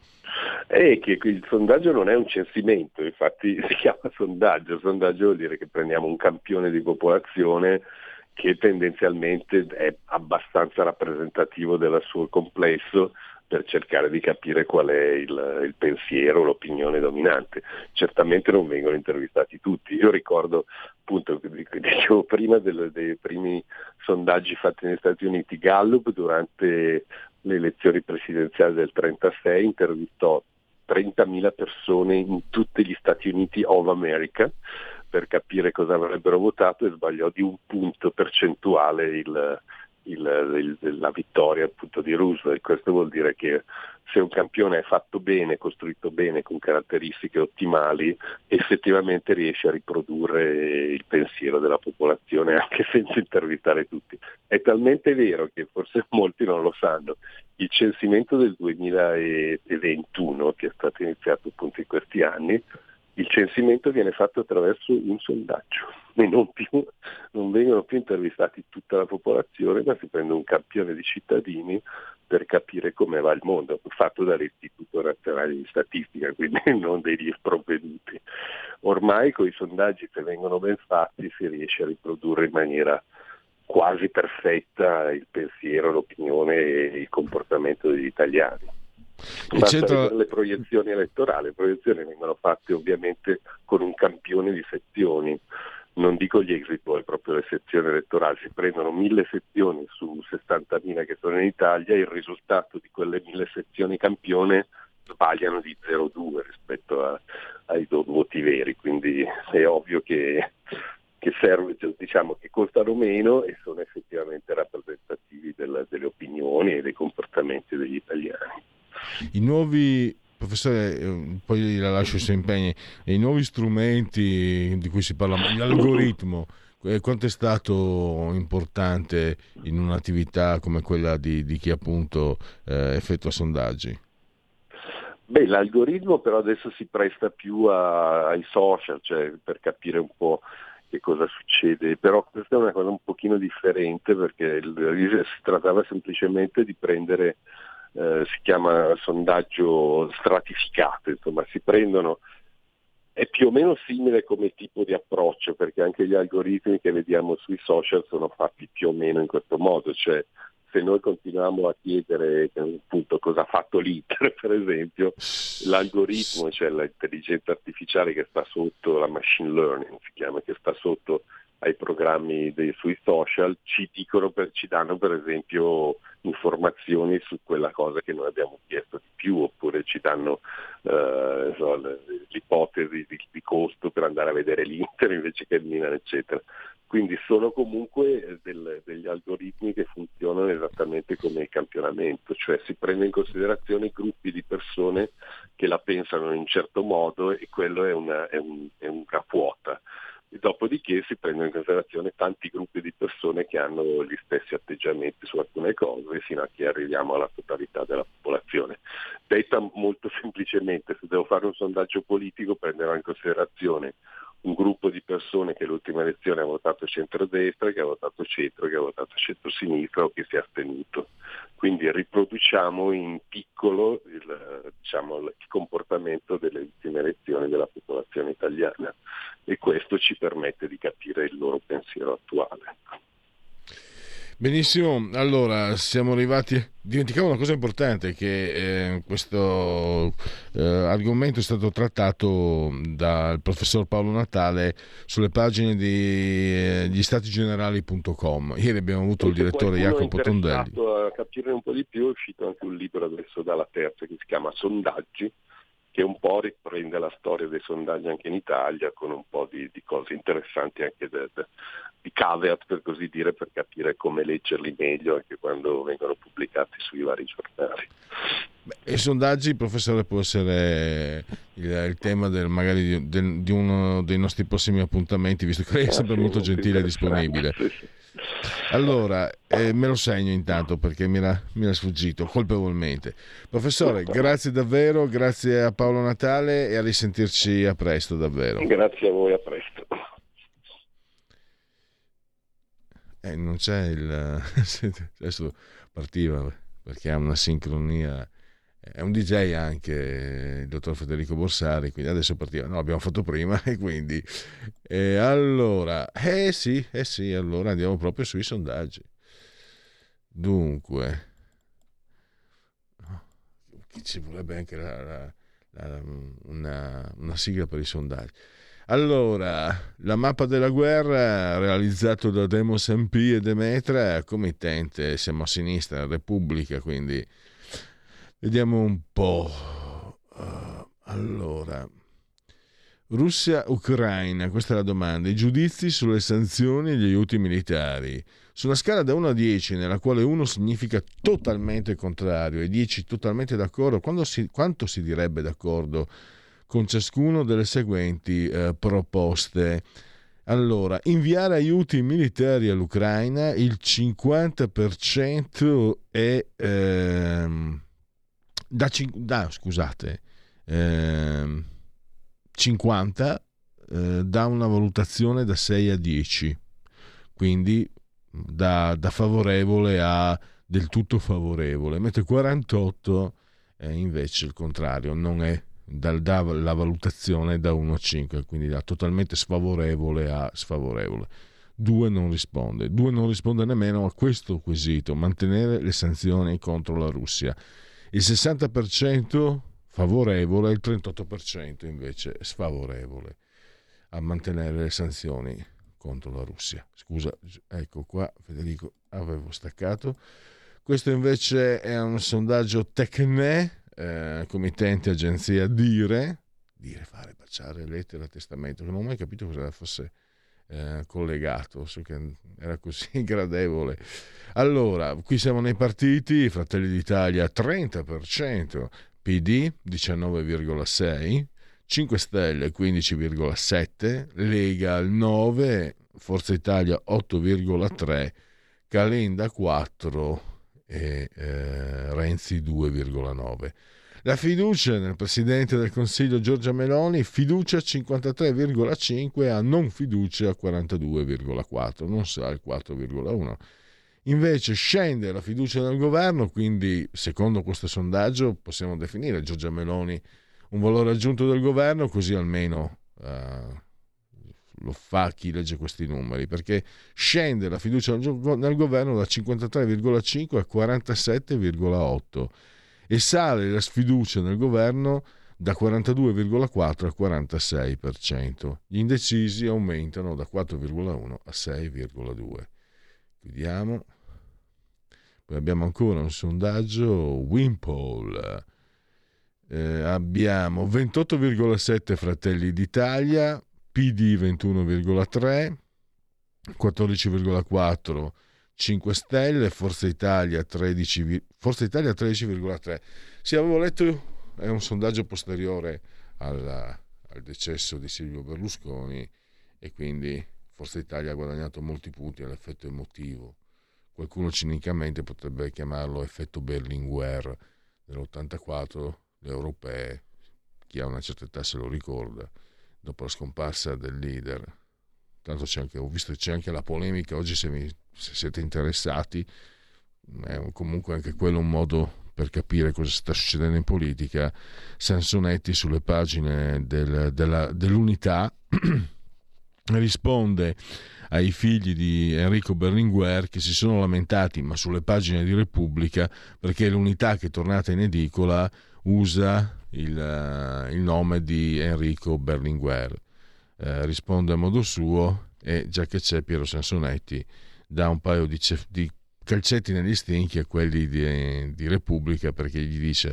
È che il sondaggio non è un censimento, infatti si chiama sondaggio. Il sondaggio vuol dire che prendiamo un campione di popolazione che tendenzialmente è abbastanza rappresentativo del suo complesso, per cercare di capire qual è il, il pensiero, l'opinione dominante. Certamente non vengono intervistati tutti. Io ricordo, appunto, dicevo prima del, dei primi sondaggi fatti negli Stati Uniti, Gallup durante le elezioni presidenziali del trentasei intervistò trentamila persone in tutti gli Stati Uniti of America per capire cosa avrebbero votato, e sbagliò di un punto percentuale il, il, il, la vittoria appunto di Roosevelt. Questo vuol dire che se un campione è fatto bene, costruito bene, con caratteristiche ottimali, effettivamente riesce a riprodurre il pensiero della popolazione anche senza intervistare tutti. È talmente vero che forse molti non lo sanno. Il censimento del duemilaventuno, che è stato iniziato appunto in questi anni, il censimento viene fatto attraverso un sondaggio e non più, non vengono più intervistati tutta la popolazione, ma si prende un campione di cittadini per capire come va il mondo, fatto dall'Istituto Nazionale di Statistica, quindi non degli sprovveduti. Ormai con i sondaggi, se vengono ben fatti, si riesce a riprodurre in maniera quasi perfetta il pensiero, l'opinione e il comportamento degli italiani. Basta centro... vedere le proiezioni elettorali. Le proiezioni vengono fatte ovviamente con un campione di sezioni, non dico gli exit poll, proprio le sezioni elettorali. Si prendono mille sezioni su sessantamila che sono in Italia, e il risultato di quelle mille sezioni campione sbagliano di zero virgola due rispetto a, ai voti veri, quindi è ovvio che che serve, diciamo, che costano meno e sono effettivamente rappresentativi della, delle opinioni e dei comportamenti degli italiani. I nuovi, professore, poi la lascio se impegni, i nuovi strumenti di cui si parla, l'algoritmo, quanto è stato importante in un'attività come quella di, di chi appunto eh, effettua sondaggi? Beh, l'algoritmo però adesso si presta più a, ai social, cioè per capire un po' che cosa succede, però questa è una cosa un pochino differente, perché il, si trattava semplicemente di prendere, eh, si chiama sondaggio stratificato, insomma si prendono, è più o meno simile come tipo di approccio, perché anche gli algoritmi che vediamo sui social sono fatti più o meno in questo modo, cioè se noi continuiamo a chiedere appunto cosa ha fatto l'Inter, per esempio, l'algoritmo, cioè l'intelligenza artificiale che sta sotto, la machine learning si chiama, che sta sotto ai programmi dei, sui social, ci dicono, per, ci danno per esempio informazioni su quella cosa che noi abbiamo chiesto di più, oppure ci danno eh, so, l'ipotesi di, di costo per andare a vedere l'Inter invece che il Milan, eccetera. Quindi sono comunque del, degli algoritmi che funzionano esattamente come il campionamento, cioè si prende in considerazione gruppi di persone che la pensano in un certo modo e quello è una, è un, è una quota. E dopodiché si prendono in considerazione tanti gruppi di persone che hanno gli stessi atteggiamenti su alcune cose fino a che arriviamo alla totalità della popolazione. Detta molto semplicemente, se devo fare un sondaggio politico prenderò in considerazione un gruppo di persone che l'ultima elezione ha votato centrodestra, che ha votato centro, che ha votato centrosinistra o che si è astenuto. Quindi riproduciamo in piccolo il, diciamo, il comportamento delle ultime elezioni della popolazione italiana e questo ci permette di capire il loro pensiero attuale. Benissimo, allora siamo arrivati, dimenticavo una cosa importante, che eh, questo eh, argomento è stato trattato dal professor Paolo Natale sulle pagine di eh, gli stati generali punto com. Ieri abbiamo avuto il direttore Jacopo Tondelli. A capire un po' di più è uscito anche un libro adesso dalla Terza che si chiama Sondaggi, che un po' riprende la storia dei sondaggi anche in Italia con un po' di, di cose interessanti, anche de, de, di caveat per così dire, per capire come leggerli meglio anche quando vengono pubblicati sui vari giornali. Beh, i sondaggi, professore, può essere il, il tema del, magari di, del, di uno dei nostri prossimi appuntamenti, visto che lei è sempre ah, sì, molto gentile e disponibile. Sì, sì. Allora, eh, me lo segno intanto perché mi era, mi era sfuggito colpevolmente. Professore, grazie davvero, grazie a Paolo Natale e a risentirci a presto davvero. Grazie a voi, a presto. Eh, non c'è il... adesso partiva perché ha una sincronia, è un D J anche il dottor Federico Borsari, quindi adesso partiva, no, l'abbiamo fatto prima e quindi e allora eh sì, eh sì, allora andiamo proprio sui sondaggi. Dunque ci vorrebbe anche la, la, la, una, una sigla per i sondaggi. Allora, la mappa della guerra realizzato da Demos M P e Demetra, committente, siamo a sinistra, Repubblica, quindi vediamo un po'. Uh, allora, Russia-Ucraina, questa è la domanda. I giudizi sulle sanzioni e gli aiuti militari. Su una scala da uno a dieci, nella quale uno significa totalmente contrario e dieci totalmente d'accordo, quando si, quanto si direbbe d'accordo con ciascuno delle seguenti eh, proposte? Allora, inviare aiuti militari all'Ucraina, il cinquanta per cento è ehm, da, da scusate ehm, cinquanta eh, da una valutazione da sei a dieci, quindi da, da favorevole a del tutto favorevole, mentre quarantotto è invece il contrario, non è dal, da la valutazione da uno a cinque, quindi da totalmente sfavorevole a sfavorevole. Due non risponde, due non risponde nemmeno a questo quesito, mantenere le sanzioni contro la Russia. Il sessanta per cento favorevole, il trentotto per cento invece sfavorevole a mantenere le sanzioni contro la Russia. Scusa, ecco qua Federico, avevo staccato. Questo invece è un sondaggio Tecne, eh, committente agenzia Dire, Dire fare baciare lettera a testamento, che non ho mai capito cosa fosse eh, collegato, so che era così gradevole. Allora, qui siamo nei partiti, Fratelli d'Italia trenta per cento, P D diciannove virgola sei, cinque Stelle quindici virgola sette, Lega al nove, Forza Italia otto virgola tre, Calenda quattro e eh, Renzi due virgola nove. La fiducia nel Presidente del Consiglio Giorgia Meloni, fiducia cinquantatré virgola cinque a non fiducia quarantadue virgola quattro, non sa il quattro virgola uno. Invece scende la fiducia nel governo, quindi secondo questo sondaggio possiamo definire Giorgia Meloni un valore aggiunto del governo, così almeno uh, lo fa chi legge questi numeri, perché scende la fiducia nel governo da cinquantatré virgola cinque a quarantasette virgola otto e sale la sfiducia nel governo da quarantadue virgola quattro a quarantasei per cento. Gli indecisi aumentano da quattro virgola uno a sei virgola due. Chiudiamo. Poi abbiamo ancora un sondaggio Wimpole. Eh, abbiamo ventotto virgola sette Fratelli d'Italia, P D ventuno virgola tre, quattordici virgola quattro cinque Stelle, Forza Italia tredici, Forza Italia tredici virgola tre. Sì, avevo letto, è un sondaggio posteriore alla, al decesso di Silvio Berlusconi e quindi Forza Italia ha guadagnato molti punti all'effetto emotivo. Qualcuno cinicamente potrebbe chiamarlo effetto Berlinguer dell'ottantaquattro, le europee, chi ha una certa età se lo ricorda, dopo la scomparsa del leader. Tanto c'è anche, ho visto che c'è anche la polemica oggi, se, mi, se siete interessati, è comunque anche quello un modo per capire cosa sta succedendo in politica. Sansonetti sulle pagine del, della, dell'Unità risponde ai figli di Enrico Berlinguer che si sono lamentati, ma sulle pagine di Repubblica, perché l'Unità che è tornata in edicola usa il, il nome di Enrico Berlinguer. Eh, risponde a modo suo e già che c'è Piero Sansonetti dà un paio di, cef- di calcetti negli stinchi a quelli di, di Repubblica, perché gli dice: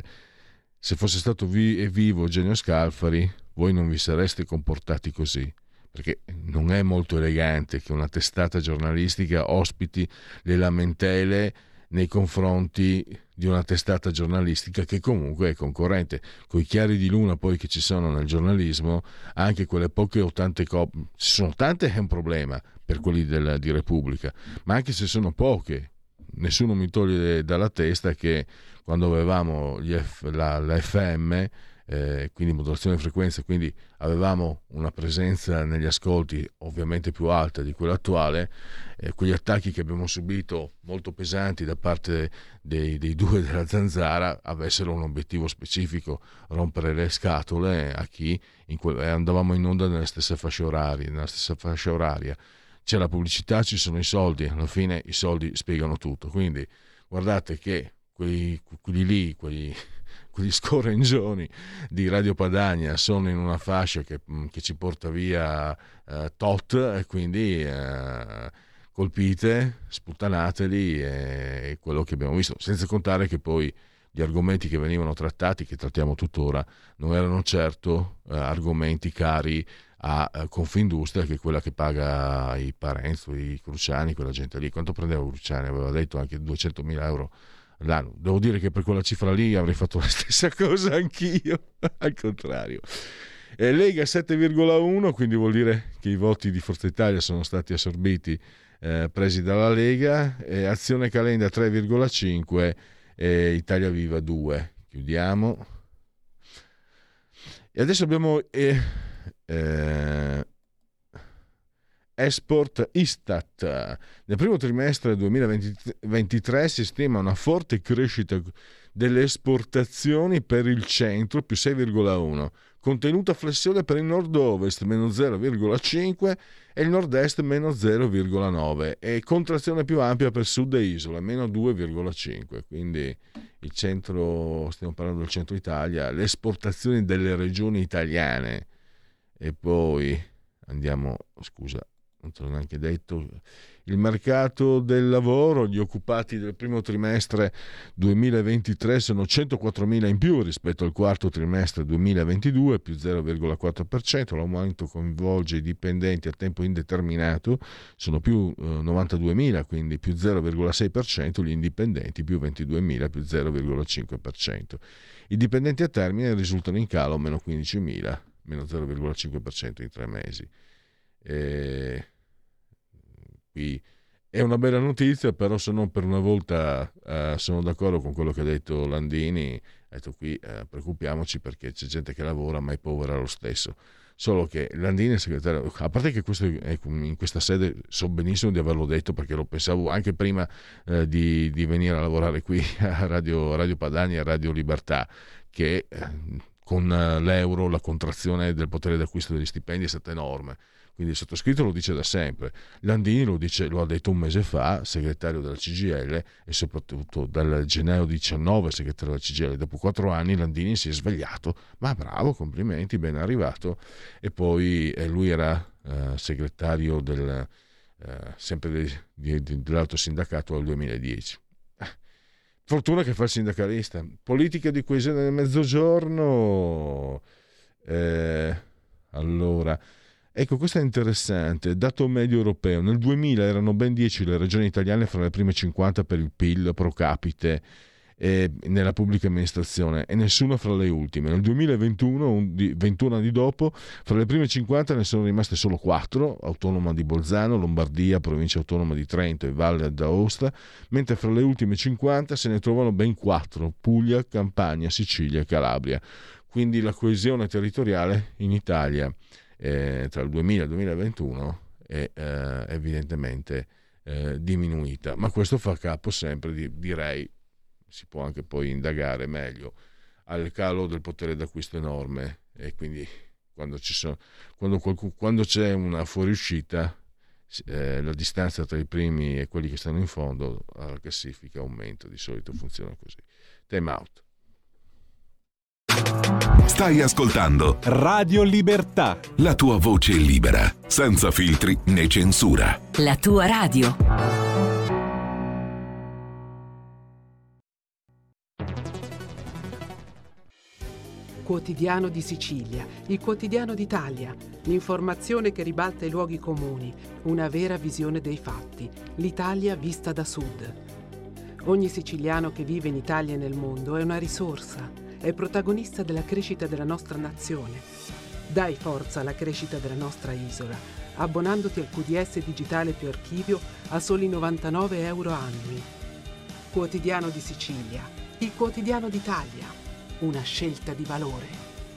se fosse stato vi- vivo Eugenio Scalfari voi non vi sareste comportati così, perché non è molto elegante che una testata giornalistica ospiti le lamentele nei confronti di una testata giornalistica che comunque è concorrente. Coi chiari di luna poi che ci sono nel giornalismo, anche quelle poche o tante copie, ci sono tante, è un problema per quelli del, di Repubblica, ma anche se sono poche, nessuno mi toglie dalla testa che quando avevamo gli F, la, la F M, Eh, quindi modulazione di frequenza, quindi avevamo una presenza negli ascolti ovviamente più alta di quella attuale, eh, quegli attacchi che abbiamo subito molto pesanti da parte dei, dei due della Zanzara avessero un obiettivo specifico: rompere le scatole a chi in que- eh, andavamo in onda nelle stesse fasce orarie, nella stessa fascia oraria. C'è la pubblicità, ci sono i soldi, alla fine i soldi spiegano tutto, quindi guardate che quei, quelli lì, quei quegli scorreggioni di Radio Padania sono in una fascia che, che ci porta via eh, tot, e quindi eh, colpite, sputtanateli, e quello che abbiamo visto, senza contare che poi gli argomenti che venivano trattati, che trattiamo tuttora, non erano certo eh, argomenti cari a eh, Confindustria, che è quella che paga i Parenzo, i Cruciani, quella gente lì. Quanto prendeva Cruciani? Aveva detto anche duecentomila euro l'anno. Devo dire che per quella cifra lì avrei fatto la stessa cosa anch'io, al contrario. E Lega sette virgola uno, quindi vuol dire che i voti di Forza Italia sono stati assorbiti, eh, presi dalla Lega. E Azione Calenda tre virgola cinque e Italia Viva due. Chiudiamo. E adesso abbiamo eh, eh, Export Istat. Nel primo trimestre duemilaventitré si stima una forte crescita delle esportazioni per il centro, più sei virgola uno, contenuta flessione per il nord-ovest, meno zero virgola cinque, e il nord-est, meno zero virgola nove, e contrazione più ampia per sud e isola, meno due virgola cinque. Quindi il centro, stiamo parlando del centro Italia, le esportazioni delle regioni italiane. E poi andiamo, scusa, non te l'ho neanche detto, il mercato del lavoro, gli occupati del primo trimestre duemilaventitré sono centoquattromila in più rispetto al quarto trimestre duemilaventidue, più zero virgola quattro per cento. L'aumento coinvolge i dipendenti a tempo indeterminato, sono più eh, novantaduemila, quindi più zero virgola sei per cento, gli indipendenti più ventiduemila, più zero virgola cinque per cento. I dipendenti a termine risultano in calo, meno quindicimila, meno zero virgola cinque per cento in tre mesi. E qui è una bella notizia, però se non per una volta uh, sono d'accordo con quello che ha detto Landini, detto qui eh, preoccupiamoci perché c'è gente che lavora ma è povera lo stesso. Solo che Landini, il segretario, a parte che questo è, in questa sede so benissimo di averlo detto perché lo pensavo anche prima eh, di, di venire a lavorare qui a Radio, Radio Padania e a Radio Libertà, che eh, con l'euro la contrazione del potere d'acquisto degli stipendi è stata enorme. Quindi il sottoscritto lo dice da sempre. Landini lo, dice, lo ha detto un mese fa, segretario della C G I L, e soprattutto dal gennaio diciannove segretario della C G I L. Dopo quattro anni Landini si è svegliato, ma bravo, complimenti, ben arrivato. E poi eh, lui era eh, segretario del, eh, sempre di, di, di, dell'altro sindacato nel duemiladieci. Fortuna che fa il sindacalista. Politica di coesione del Mezzogiorno. Eh, allora... Ecco, questo è interessante, dato medio europeo. Nel duemila erano ben dieci le regioni italiane fra le prime cinquanta per il P I L pro capite eh, nella pubblica amministrazione e nessuna fra le ultime. Nel duemilaventuno, ventuno anni dopo, fra le prime cinquanta ne sono rimaste solo quattro, Autonoma di Bolzano, Lombardia, Provincia Autonoma di Trento e Valle d'Aosta, mentre fra le ultime cinquanta se ne trovano ben quattro, Puglia, Campania, Sicilia e Calabria. Quindi la coesione territoriale in Italia Eh, tra il duemila e il duemilaventuno è eh, evidentemente eh, diminuita, ma questo fa capo sempre, di, direi, si può anche poi indagare meglio, al calo del potere d'acquisto enorme, e quindi quando, ci sono, quando, qualcuno, quando c'è una fuoriuscita eh, la distanza tra i primi e quelli che stanno in fondo alla classifica aumenta, di solito funziona così. Time out. Stai ascoltando Radio Libertà, la tua voce libera, senza filtri né censura. La tua radio. Quotidiano di Sicilia, il quotidiano d'Italia, l'informazione che ribalta i luoghi comuni, una vera visione dei fatti, l'Italia vista da sud. Ogni siciliano che vive in Italia e nel mondo è una risorsa. È protagonista della crescita della nostra nazione. Dai forza alla crescita della nostra isola, abbonandoti al Q D S digitale più archivio a soli novantanove euro annui. Quotidiano di Sicilia, il quotidiano d'Italia, una scelta di valore.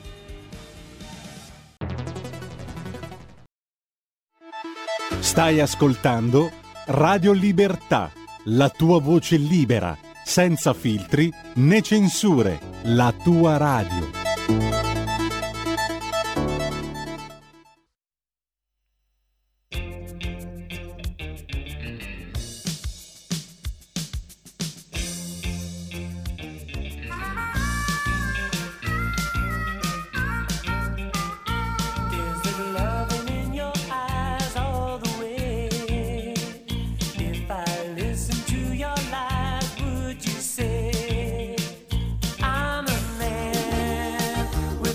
stai ascoltando Radio Libertà, la tua voce libera, senza filtri né censure, la tua radio. With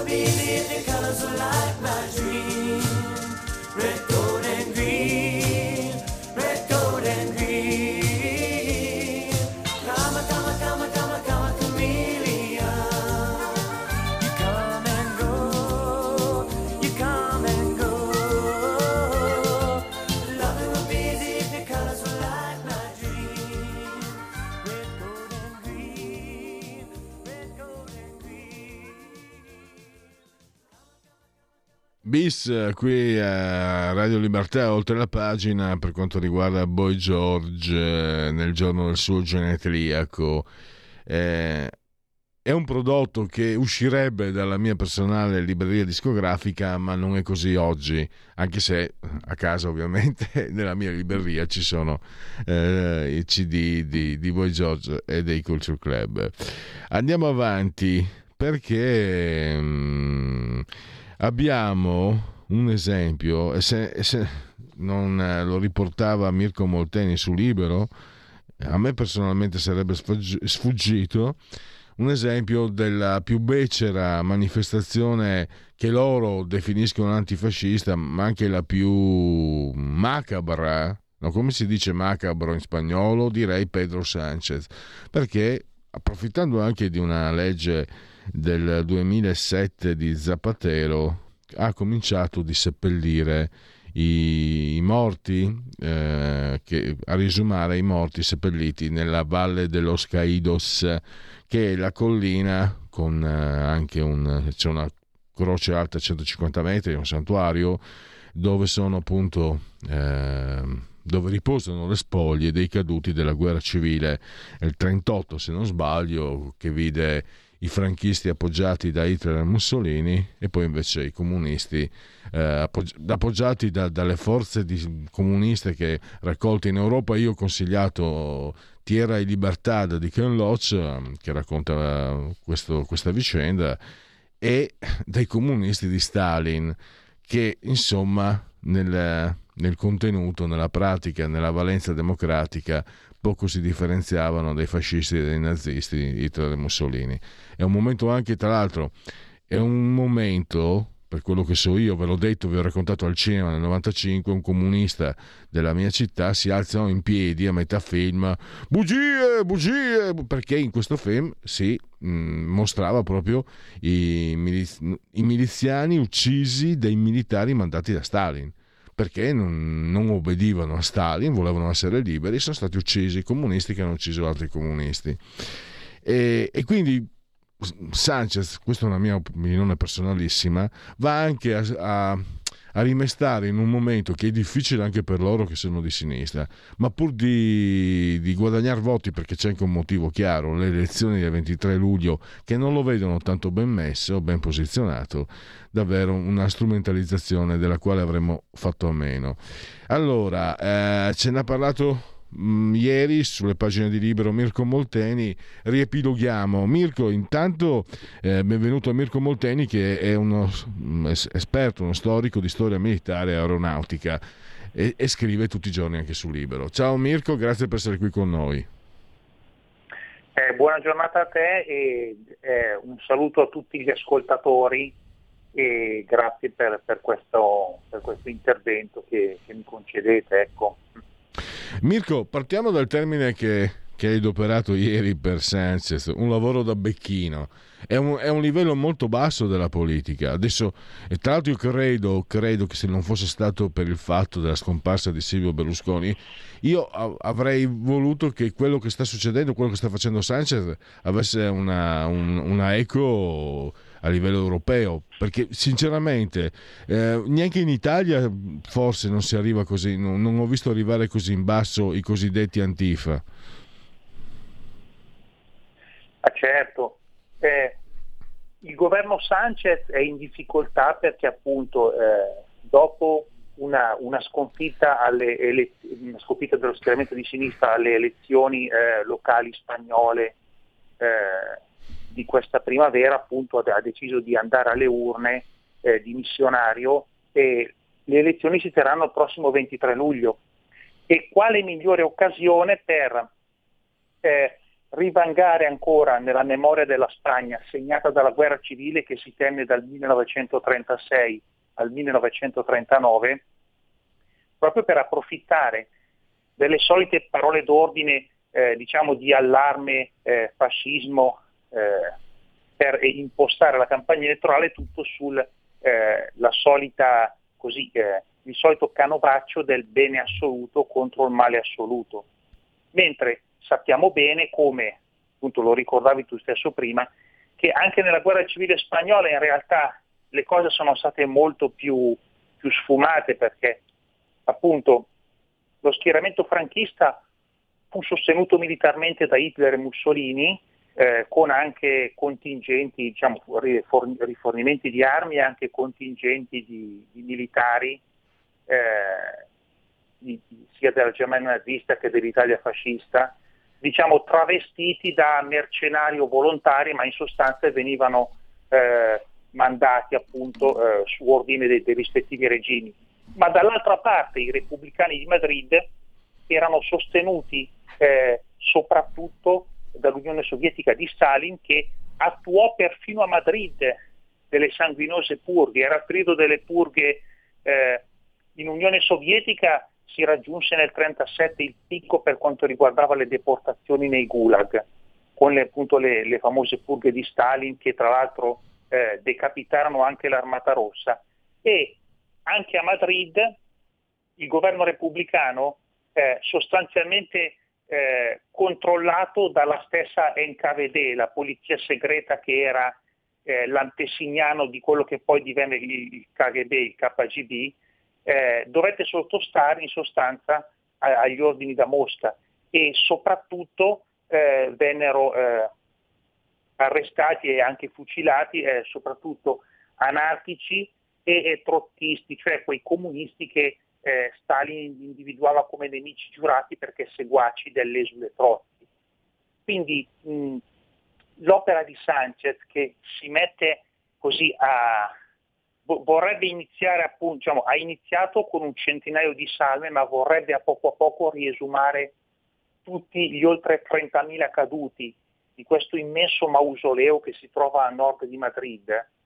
be the colors are like my dream. Red, gold, and green. Red, gold, and green. Come on, come on, come on, come on, come on, chameleon. You come and go. You come and go. Loving will be the colors are like my dream. Red, gold, and green. Red, gold, and green. Bis qui a Radio Libertà, oltre la pagina, per quanto riguarda Boy George eh, nel giorno del suo genetriaco. Eh, è un prodotto che uscirebbe dalla mia personale libreria discografica, ma non è così oggi, anche se a casa ovviamente nella mia libreria ci sono eh, i C D di, di Boy George e dei Culture Club. Andiamo avanti perché mm, abbiamo un esempio, e se, e se non eh, lo riportava Mirko Molteni su Libero, a me personalmente sarebbe sfuggi- sfuggito un esempio della più becera manifestazione che loro definiscono antifascista, ma anche la più macabra, no? Come si dice macabro in spagnolo? Direi Pedro Sánchez, perché approfittando anche di una legge del duemilasette di Zapatero ha cominciato di seppellire i, i morti, eh, che, a riesumare i morti seppelliti nella Valle de los Caídos, che è la collina con eh, anche un, c'è una croce alta centocinquanta metri, un santuario dove sono appunto eh, dove riposano le spoglie dei caduti della guerra civile il trentotto, se non sbaglio, che vide i franchisti appoggiati da Hitler e Mussolini e poi invece i comunisti eh, appoggi- appoggiati da, dalle forze di, comuniste che raccolte in Europa. Io ho consigliato Tierra e Libertad di Ken Loach, che racconta questo, questa vicenda, e dai comunisti di Stalin, che insomma nel, nel contenuto, nella pratica, nella valenza democratica poco si differenziavano dai fascisti e dai nazisti, Hitler e Mussolini. È un momento anche, tra l'altro, è un momento, per quello che so io, ve l'ho detto, vi ho raccontato al cinema nel novantacinque, un comunista della mia città si alzano in piedi a metà film, bugie, bugie, perché in questo film si mh, mostrava proprio i, miliz- i miliziani uccisi dai militari mandati da Stalin, perché non, non obbedivano a Stalin, volevano essere liberi, sono stati uccisi i comunisti che hanno ucciso altri comunisti. E, e quindi Sánchez, questa è una mia opinione personalissima, va anche a, a, a rimestare in un momento che è difficile anche per loro che sono di sinistra, ma pur di, di guadagnare voti, perché c'è anche un motivo chiaro, le elezioni del ventitré luglio, che non lo vedono tanto ben messo, ben posizionato, davvero una strumentalizzazione della quale avremmo fatto a meno. Allora, eh, ce n'ha parlato mh, ieri sulle pagine di Libero Mirko Molteni, riepiloghiamo. Mirko, intanto eh, benvenuto a Mirko Molteni, che è uno mh, esperto, uno storico di storia militare e aeronautica e, e scrive tutti i giorni anche su Libero. Ciao Mirko, grazie per essere qui con noi. Eh, buona giornata a te e eh, un saluto a tutti gli ascoltatori e grazie per, per, questo, per questo intervento che, che mi concedete. Ecco. Mirko, partiamo dal termine che, che hai adoperato ieri per Sánchez, un lavoro da becchino. È un, è un livello molto basso della politica. Adesso, e tra l'altro io credo, credo che se non fosse stato per il fatto della scomparsa di Silvio Berlusconi, io avrei voluto che quello che sta succedendo, quello che sta facendo Sánchez, avesse una, un, una eco a livello europeo, perché sinceramente eh, neanche in Italia forse non si arriva così, non, non ho visto arrivare così in basso i cosiddetti Antifa. Ah, certo, eh, il governo Sánchez è in difficoltà perché appunto eh, dopo una, una sconfitta alle ele- una sconfitta dello schieramento di sinistra alle elezioni eh, locali spagnole eh, di questa primavera, appunto ha deciso di andare alle urne eh, di missionario, e le elezioni si terranno il prossimo ventitré luglio. E quale migliore occasione per eh, rivangare ancora nella memoria della Spagna, segnata dalla guerra civile che si tenne dal millenovecentotrentasei al millenovecentotrentanove, proprio per approfittare delle solite parole d'ordine, eh, diciamo di allarme, eh, fascismo, eh, per impostare la campagna elettorale tutto sul eh, la solita, così, eh, il solito canovaccio del bene assoluto contro il male assoluto. Mentre sappiamo bene, come appunto lo ricordavi tu stesso prima, che anche nella guerra civile spagnola in realtà le cose sono state molto più, più sfumate, perché appunto lo schieramento franchista fu sostenuto militarmente da Hitler e Mussolini, eh, con anche contingenti, diciamo, rifornimenti di armi e anche contingenti di, di militari, eh, di, sia della Germania nazista che dell'Italia fascista, diciamo travestiti da mercenari o volontari, ma in sostanza venivano eh, mandati appunto eh, su ordine dei, dei rispettivi regimi. Ma dall'altra parte i repubblicani di Madrid erano sostenuti eh, soprattutto dall'Unione Sovietica di Stalin, che attuò perfino a Madrid delle sanguinose purghe. Era il periodo delle purghe eh, in Unione Sovietica. Si raggiunse nel trentasette il picco per quanto riguardava le deportazioni nei gulag, con le, appunto le, le famose purghe di Stalin, che tra l'altro eh, decapitarono anche l'Armata Rossa. E anche a Madrid il governo repubblicano, eh, sostanzialmente eh, controllato dalla stessa N K V D, la polizia segreta che era eh, l'antesignano di quello che poi divenne il K G B, il K G B, eh, dovette sottostare in sostanza a, agli ordini da Mosca, e soprattutto eh, vennero eh, arrestati e anche fucilati eh, soprattutto anarchici e, e trottisti, cioè quei comunisti che eh, Stalin individuava come nemici giurati perché seguaci dell'esule Trotsky. Quindi mh, l'opera di Sanchez, che si mette così a vorrebbe iniziare appunto, diciamo, ha iniziato con un centinaio di salme, ma vorrebbe a poco a poco riesumare tutti gli oltre trentamila caduti di questo immenso mausoleo che si trova a nord di Madrid.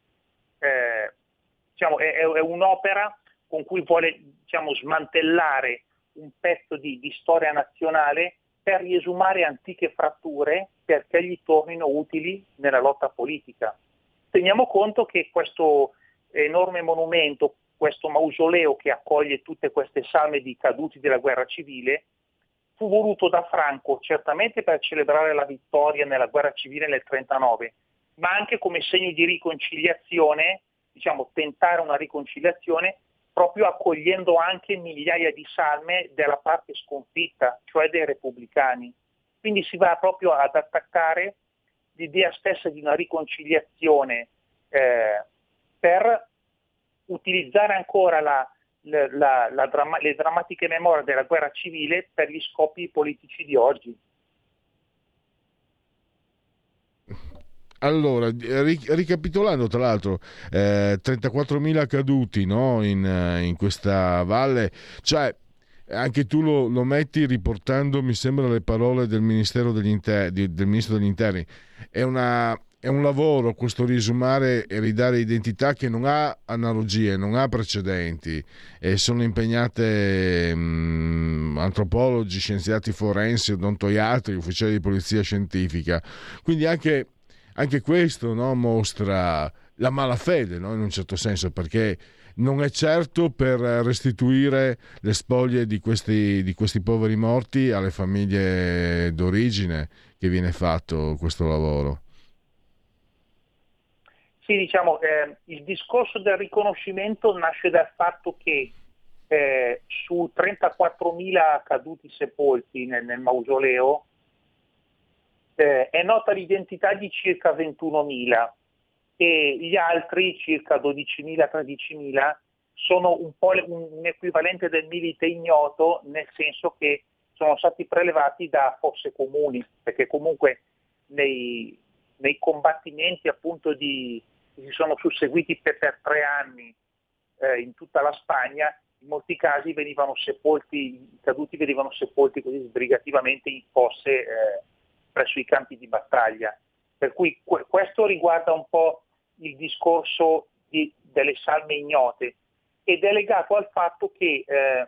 Eh, diciamo, è, è un'opera con cui vuole, diciamo, smantellare un pezzo di, di storia nazionale per riesumare antiche fratture perché gli tornino utili nella lotta politica. Teniamo conto che questo enorme monumento, questo mausoleo che accoglie tutte queste salme di caduti della guerra civile, fu voluto da Franco certamente per celebrare la vittoria nella guerra civile nel trentanove, ma anche come segno di riconciliazione, diciamo tentare una riconciliazione, proprio accogliendo anche migliaia di salme della parte sconfitta, cioè dei repubblicani. Quindi si va proprio ad attaccare l'idea stessa di una riconciliazione eh, per utilizzare ancora la, la, la, la dramma, le drammatiche memorie della guerra civile per gli scopi politici di oggi. Allora, ricapitolando, tra l'altro, eh, trentaquattromila caduti, no, in, in questa valle, cioè anche tu lo, lo metti riportando, mi sembra, le parole del Ministero degli Interni, del Ministro degli Interni. È una È un lavoro questo riesumare e ridare identità che non ha analogie, non ha precedenti, e sono impegnate mh, antropologi, scienziati forensi, odontoiatri, ufficiali di polizia scientifica. Quindi anche, anche questo, no, mostra la malafede, no, in un certo senso, perché non è certo per restituire le spoglie di questi, di questi poveri morti alle famiglie d'origine che viene fatto questo lavoro. Sì, diciamo, eh, il discorso del riconoscimento nasce dal fatto che eh, su trentaquattromila caduti sepolti nel, nel mausoleo eh, è nota l'identità di circa ventunomila, e gli altri, circa dodicimila tredicimila, sono un po' un equivalente del milite ignoto, nel senso che sono stati prelevati da fosse comuni, perché comunque nei, nei combattimenti appunto di che si sono susseguiti per, per tre anni eh, in tutta la Spagna, in molti casi venivano sepolti, i caduti venivano sepolti così sbrigativamente in fosse eh, presso i campi di battaglia. Per cui que- questo riguarda un po' il discorso di, delle salme ignote, ed è legato al fatto che eh,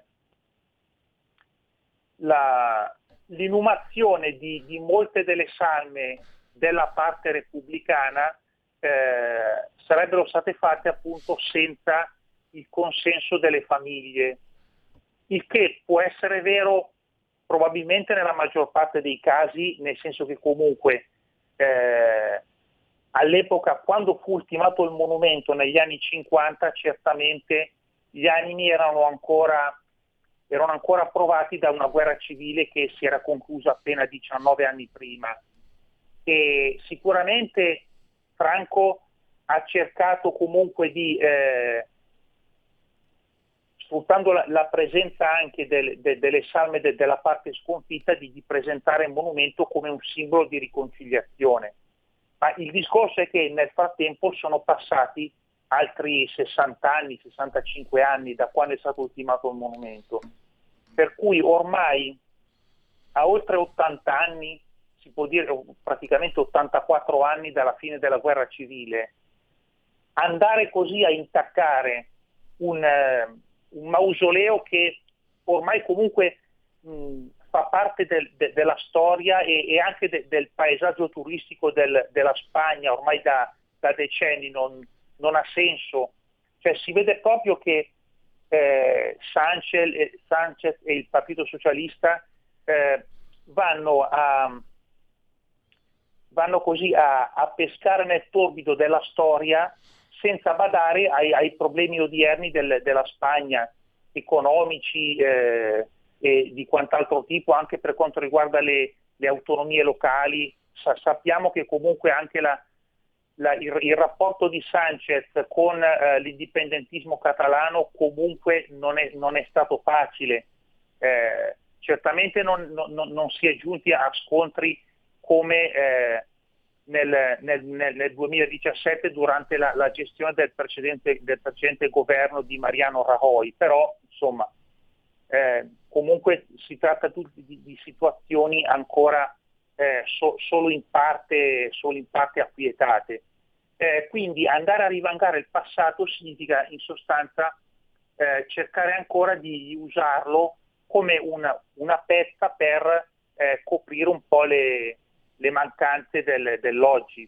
la, l'inumazione di, di molte delle salme della parte repubblicana eh, sarebbero state fatte appunto senza il consenso delle famiglie, il che può essere vero probabilmente nella maggior parte dei casi, nel senso che comunque eh, all'epoca, quando fu ultimato il monumento negli anni cinquanta, certamente gli animi erano ancora, erano ancora provati da una guerra civile che si era conclusa appena diciannove anni prima, e sicuramente Franco ha cercato comunque di, eh, sfruttando la, la presenza anche del, de, delle salme de, della parte sconfitta, di, di presentare il monumento come un simbolo di riconciliazione. Ma il discorso è che nel frattempo sono passati altri sessanta anni, sessantacinque anni da quando è stato ultimato il monumento, per cui ormai a oltre ottanta anni, si può dire praticamente ottantaquattro anni dalla fine della guerra civile, andare così a intaccare un, uh, un mausoleo che ormai comunque mh, fa parte del, de, della storia e, e anche de, del paesaggio turistico del, della Spagna ormai da, da decenni, non, non ha senso. Cioè si vede proprio che eh, Sanchez, eh, Sanchez e il Partito Socialista eh, vanno a vanno così a, a pescare nel torbido della storia senza badare ai, ai problemi odierni del, della Spagna, economici eh, e di quant'altro tipo, anche per quanto riguarda le, le autonomie locali. Sa, sappiamo che comunque anche la, la, il, il rapporto di Sanchez con eh, l'indipendentismo catalano comunque non è, non è stato facile. Eh, certamente non, non, non si è giunti a scontri come eh, nel, nel, nel duemiladiciassette durante la, la gestione del precedente, del precedente governo di Mariano Rajoy, però insomma eh, comunque si tratta di, di, di situazioni ancora eh, so, solo in parte solo in parte acquietate. Eh, quindi andare a rivangare il passato significa in sostanza eh, cercare ancora di usarlo come una, una pezza per eh, coprire un po' le le mancanze del, dell'oggi.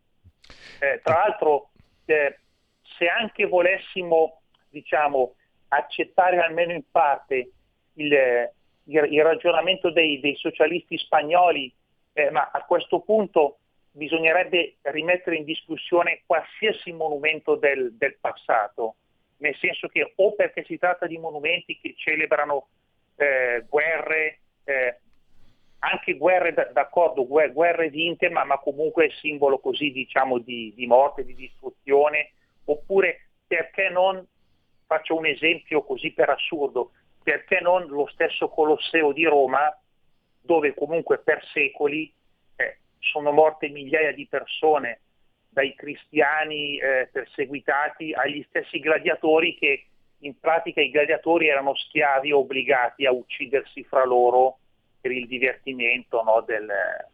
Eh, tra l'altro, eh, se anche volessimo, diciamo, accettare almeno in parte il, il, il ragionamento dei, dei socialisti spagnoli, eh, ma a questo punto bisognerebbe rimettere in discussione qualsiasi monumento del, del passato, nel senso che o perché si tratta di monumenti che celebrano eh, guerre, eh, anche guerre, d'accordo, guerre vinte, ma, ma comunque simbolo così, diciamo, di, di morte, di distruzione, oppure perché non, faccio un esempio così per assurdo, perché non lo stesso Colosseo di Roma, dove comunque per secoli eh, sono morte migliaia di persone, dai cristiani eh, perseguitati agli stessi gladiatori, che in pratica i gladiatori erano schiavi obbligati a uccidersi fra loro per il divertimento, no, del,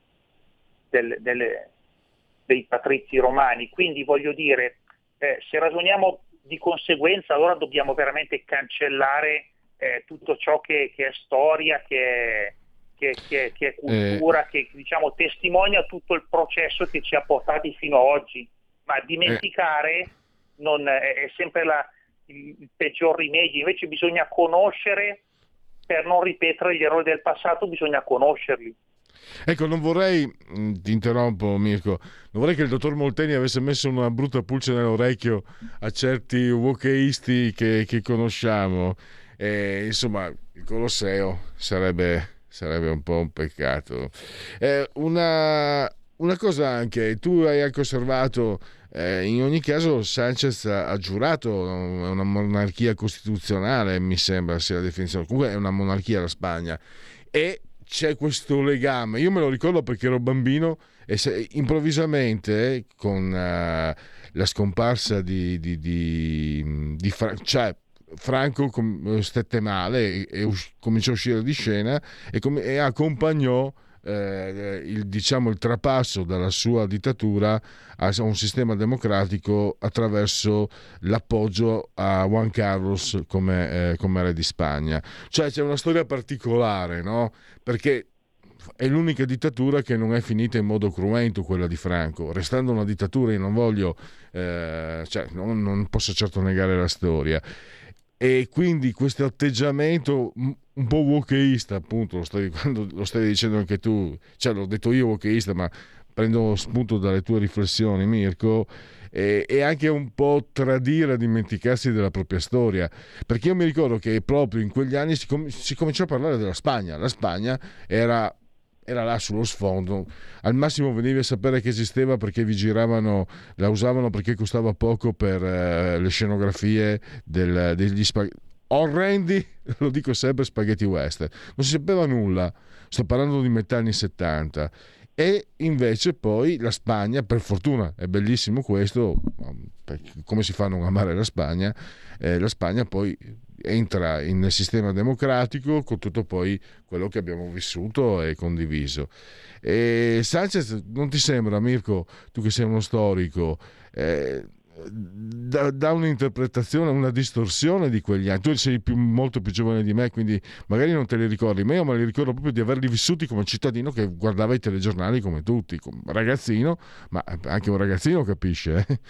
del, delle, dei patrizi romani. Quindi voglio dire, eh, se ragioniamo di conseguenza, allora dobbiamo veramente cancellare eh, tutto ciò che, che è storia, che è, che, che, che è cultura, eh. che diciamo testimonia tutto il processo che ci ha portati fino ad oggi. Ma dimenticare eh. non, è, è sempre la, il, il peggior rimedio. Invece bisogna conoscere. Per non ripetere gli errori del passato bisogna conoscerli. Ecco, non vorrei, ti interrompo Mirko, non vorrei che il dottor Molteni avesse messo una brutta pulce nell'orecchio a certi wokeisti che, che conosciamo. E, insomma, il Colosseo sarebbe, sarebbe un po' un peccato. Eh, una, una cosa anche, tu hai anche osservato, eh, in ogni caso Sanchez ha, ha giurato una monarchia costituzionale, mi sembra sia la definizione, comunque è una monarchia la Spagna, e c'è questo legame. Io me lo ricordo perché ero bambino e se, improvvisamente con uh, la scomparsa di, di, di, di Fra- cioè Franco com- stette male e, e us- cominciò a uscire di scena e, com- e accompagnò eh, il, diciamo, il trapasso dalla sua dittatura a un sistema democratico attraverso l'appoggio a Juan Carlos come, eh, come re di Spagna. Cioè c'è una storia particolare, no? Perché è l'unica dittatura che non è finita in modo cruento, quella di Franco. Restando una dittatura, io non voglio, eh, cioè, non, non posso certo negare la storia. E quindi questo atteggiamento un po' wokeista, appunto, lo stavi, quando lo stavi dicendo anche tu, cioè l'ho detto io wokeista, ma prendo spunto dalle tue riflessioni, Mirko, e, e anche un po' tradire, dimenticarsi della propria storia, perché io mi ricordo che proprio in quegli anni si, com- si cominciò a parlare della Spagna. La Spagna era era là sullo sfondo, al massimo venivi a sapere che esisteva perché vi giravano, la usavano perché costava poco per eh, le scenografie del, degli spaghetti orrendi, lo dico sempre, spaghetti western, non si sapeva nulla, sto parlando di metà anni settanta. E invece poi la Spagna, per fortuna, è bellissimo questo, come si fa a non amare la Spagna, eh, la Spagna poi entra in nel sistema democratico con tutto poi quello che abbiamo vissuto e condiviso. E Sanchez, non ti sembra, Mirko, tu che sei uno storico, eh, da, da un'interpretazione, una distorsione di quegli anni? Tu sei più, molto più giovane di me, quindi magari non te li ricordi, ma io me li ricordo proprio di averli vissuti come cittadino che guardava i telegiornali come tutti, come ragazzino, ma anche un ragazzino capisce. Eh?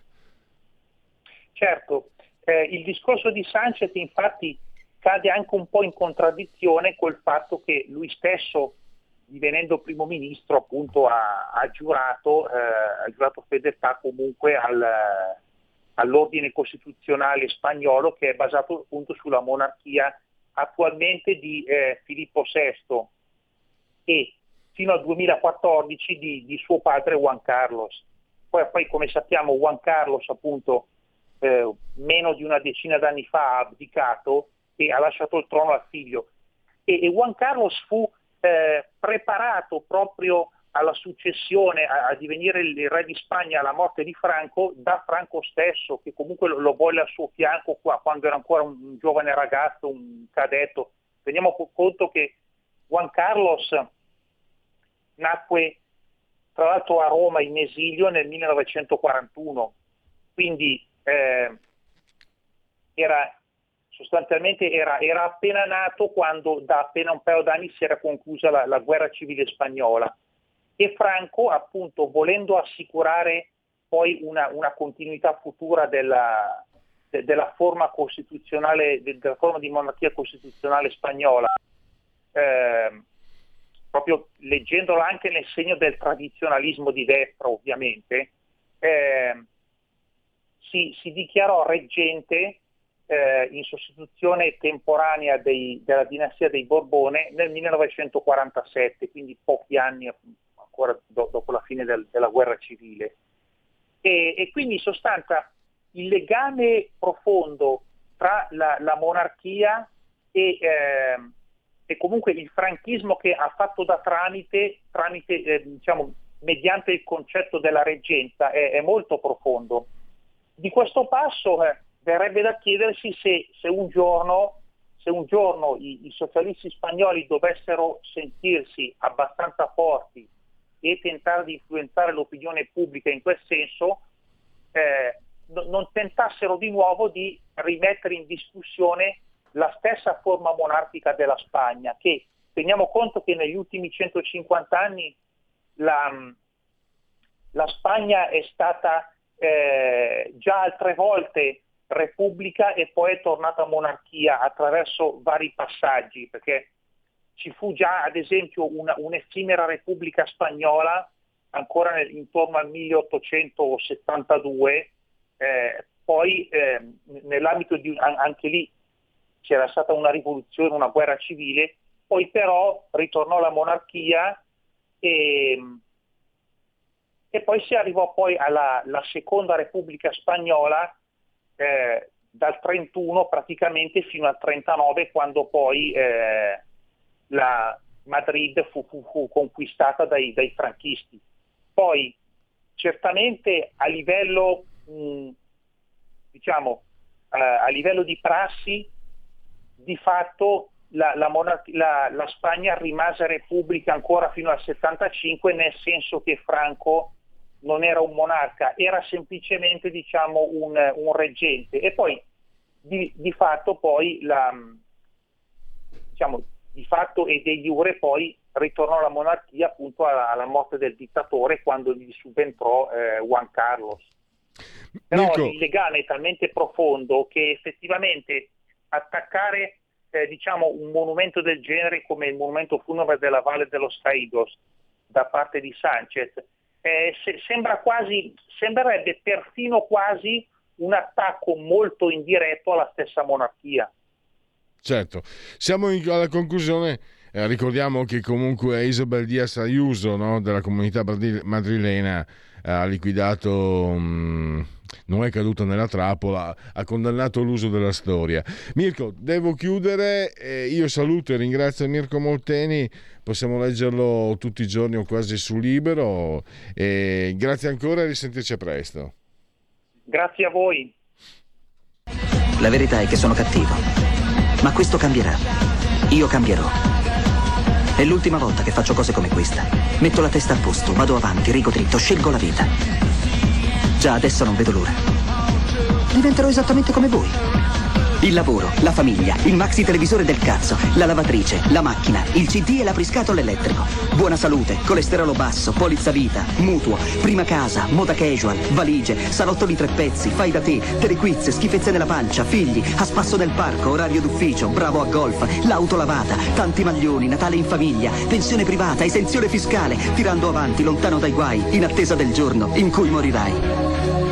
Certo, eh, il discorso di Sanchez infatti cade anche un po' in contraddizione col fatto che lui stesso, divenendo primo ministro, appunto ha, ha giurato eh, ha giurato fedeltà comunque al, all'ordine costituzionale spagnolo, che è basato appunto sulla monarchia attualmente di eh, Filippo sesto e fino al duemilaquattordici di, di suo padre Juan Carlos. Poi, poi come sappiamo Juan Carlos appunto eh, meno di una decina d'anni fa ha abdicato e ha lasciato il trono al figlio, e, e Juan Carlos fu Eh, preparato proprio alla successione, a, a divenire il, il re di Spagna alla morte di Franco, da Franco stesso, che comunque lo, lo volle al suo fianco qua, quando era ancora un, un giovane ragazzo, un cadetto. Teniamo conto che Juan Carlos nacque tra l'altro a Roma in esilio nel millenovecentoquarantuno, quindi eh, era sostanzialmente era, era appena nato quando da appena un paio d'anni si era conclusa la, la guerra civile spagnola, e Franco, appunto, volendo assicurare poi una, una continuità futura della, de, della forma costituzionale, de, della forma di monarchia costituzionale spagnola, eh, proprio leggendola anche nel segno del tradizionalismo di destra ovviamente, eh, si, si dichiarò reggente Eh, in sostituzione temporanea dei, della dinastia dei Borbone nel millenovecentoquarantasette, quindi pochi anni ancora do, dopo la fine del, della guerra civile. E, e quindi in sostanza il legame profondo tra la, la monarchia e, eh, e comunque il franchismo, che ha fatto da tramite, tramite eh, diciamo, mediante il concetto della reggenza, è, è molto profondo. Di questo passo eh, verrebbe da chiedersi se, se un giorno, se un giorno i, i socialisti spagnoli dovessero sentirsi abbastanza forti e tentare di influenzare l'opinione pubblica in quel senso, eh, no, non tentassero di nuovo di rimettere in discussione la stessa forma monarchica della Spagna, che teniamo conto che negli ultimi centocinquanta anni la, la Spagna è stata eh, già altre volte repubblica e poi è tornata monarchia attraverso vari passaggi, perché ci fu già ad esempio una, un'effimera repubblica spagnola ancora nel, intorno al milleottocentosettantadue, eh, poi eh, nell'ambito di anche lì c'era stata una rivoluzione, una guerra civile, poi però ritornò la monarchia e, e poi si arrivò poi alla la seconda repubblica spagnola, Eh, dal trentuno praticamente fino al trentanove, quando poi eh, la Madrid fu, fu, fu conquistata dai, dai franchisti. Poi certamente a livello mh, diciamo eh, a livello di prassi, di fatto la, la, monar- la, la Spagna rimase repubblica ancora fino al settantacinque, nel senso che Franco non era un monarca, era semplicemente, diciamo, un, un reggente, e poi di, di fatto poi la, diciamo, di fatto e de jure poi ritornò alla monarchia appunto alla, alla morte del dittatore, quando gli subentrò eh, Juan Carlos. Però Mirko. il legame è talmente profondo che effettivamente attaccare eh, diciamo un monumento del genere come il monumento funebre della Valle de los Caídos da parte di Sanchez eh, se, sembra quasi, sembrerebbe perfino quasi un attacco molto indiretto alla stessa monarchia. Certo, siamo in, alla conclusione. Eh, ricordiamo che comunque Isabel Díaz Ayuso, no, della comunità madrilena, ha liquidato, mh, non è caduto nella trappola, ha condannato l'uso della storia. Mirko, devo chiudere, eh, io saluto e ringrazio Mirko Molteni, possiamo leggerlo tutti i giorni o quasi su Libero, e grazie ancora e risentirci presto. Grazie a voi. La verità è che sono cattivo, ma questo cambierà. Io cambierò. È l'ultima volta che faccio cose come questa. Metto la testa a posto, vado avanti, rigo dritto, scelgo la vita. Già adesso non vedo l'ora. Diventerò esattamente come voi. Il lavoro, la famiglia, il maxi televisore del cazzo, la lavatrice, la macchina, il C D e l'apriscatole elettrico. Buona salute, colesterolo basso, polizza vita, mutuo, prima casa, moda casual, valigie, salotto di tre pezzi, fai da te, telequiz, schifezze nella pancia, figli, a spasso nel parco, orario d'ufficio, bravo a golf, l'auto lavata, tanti maglioni, Natale in famiglia, pensione privata, esenzione fiscale, tirando avanti, lontano dai guai, in attesa del giorno in cui morirai.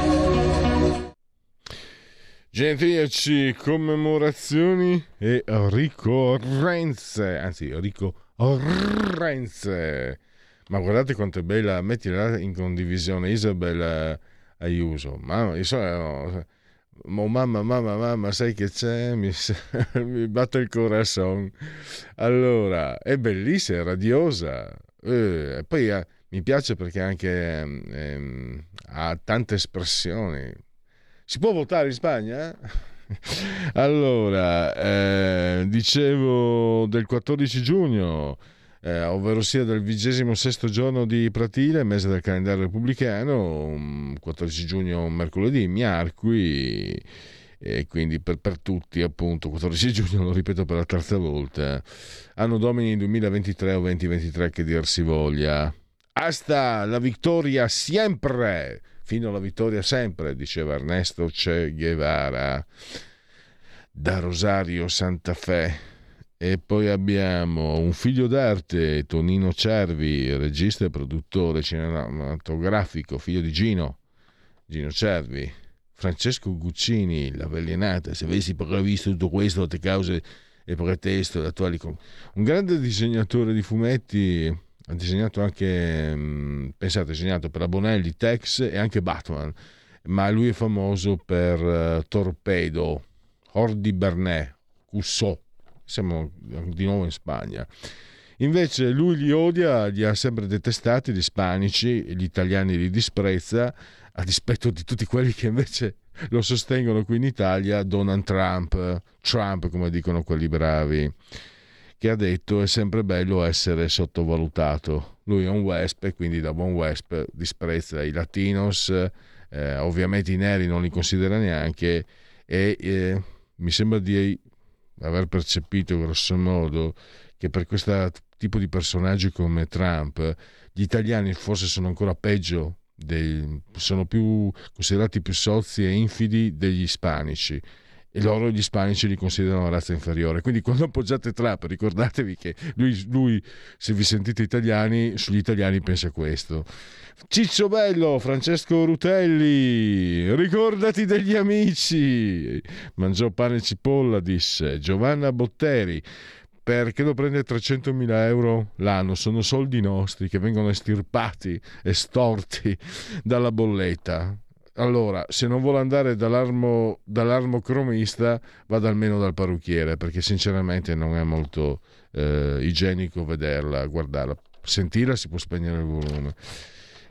Genetriaci, commemorazioni e ricorrenze, anzi ricorrenze. Ma guardate quanto è bella, mettila in condivisione Isabel Ayuso. Mamma, io so, oh, mamma, mamma, mamma, sai che c'è? Mi, mi batte il corazon. Allora, è bellissima, è radiosa. Eh, poi eh, mi piace perché anche eh, ha tante espressioni. Si può votare in Spagna? Allora, eh, dicevo del quattordici giugno, eh, ovvero sia del vigesimo sesto giorno di Pratile, mese del calendario repubblicano, quattordici giugno, mercoledì, miarqui, e quindi per, per tutti, appunto, quattordici giugno, lo ripeto per la terza volta, anno domini duemilaventitré o duemilaventitré, che dir si voglia. Hasta la vittoria siempre! Fino alla vittoria sempre, diceva Ernesto Che Guevara, da Rosario Santa Fe. E poi abbiamo un figlio d'arte, Tonino Cervi, regista e produttore cinematografico, figlio di Gino, Gino Cervi. Francesco Guccini, La Vellenata, se avessi previsto tutto questo, le cause e pretesto, attuali. Un grande disegnatore di fumetti. Ha disegnato anche, pensate, ha disegnato per la Bonelli, Tex e anche Batman, ma lui è famoso per uh, Torpedo, Hordi Bernet, Cusseau, siamo di nuovo in Spagna. Invece lui li odia, li ha sempre detestati, gli ispanici, gli italiani li disprezza, a dispetto di tutti quelli che invece lo sostengono qui in Italia, Donald Trump, Trump come dicono quelli bravi, che ha detto è sempre bello essere sottovalutato. Lui è un Wesp e quindi da buon Wesp disprezza i latinos, eh, ovviamente i neri non li considera neanche, e eh, mi sembra di aver percepito grosso modo che per questo tipo di personaggi come Trump gli italiani forse sono ancora peggio, dei, sono più considerati più sozzi e infidi degli ispanici, e loro gli ispanici li considerano una razza inferiore. Quindi quando appoggiate Trump ricordatevi che lui, lui se vi sentite italiani, sugli italiani pensa questo. Ciccio Bello, Francesco Rutelli, ricordati degli amici, mangiò pane e cipolla, disse. Giovanna Botteri, perché lo prende trecentomila euro l'anno? Sono soldi nostri che vengono estirpati, estorti dalla bolletta. Allora, se non vuole andare dall'armo, dall'armocromista, vada almeno dal parrucchiere, perché sinceramente non è molto eh, igienico vederla, guardarla. Sentirla si può spegnere il volume.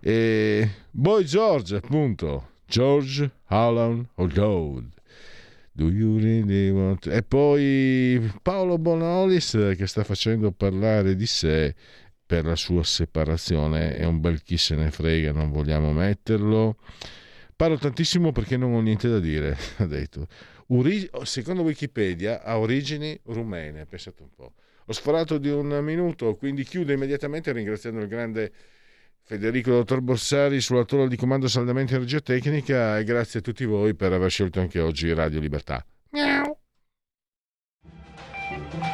E Boy George, appunto, George Alan O'Dowd, Do you really want... E poi Paolo Bonolis che sta facendo parlare di sé per la sua separazione. È un bel chi se ne frega, non vogliamo metterlo. Parlo tantissimo perché non ho niente da dire, ha detto. Uri... Secondo Wikipedia ha origini rumene, pensate un po'. Ho sforato di un minuto, quindi chiudo immediatamente ringraziando il grande Federico Dottor Borsari sulla tolla di comando saldamente energia tecnica, e grazie a tutti voi per aver scelto anche oggi Radio Libertà. Miau.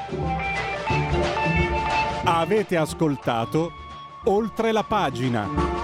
Avete ascoltato Oltre la pagina.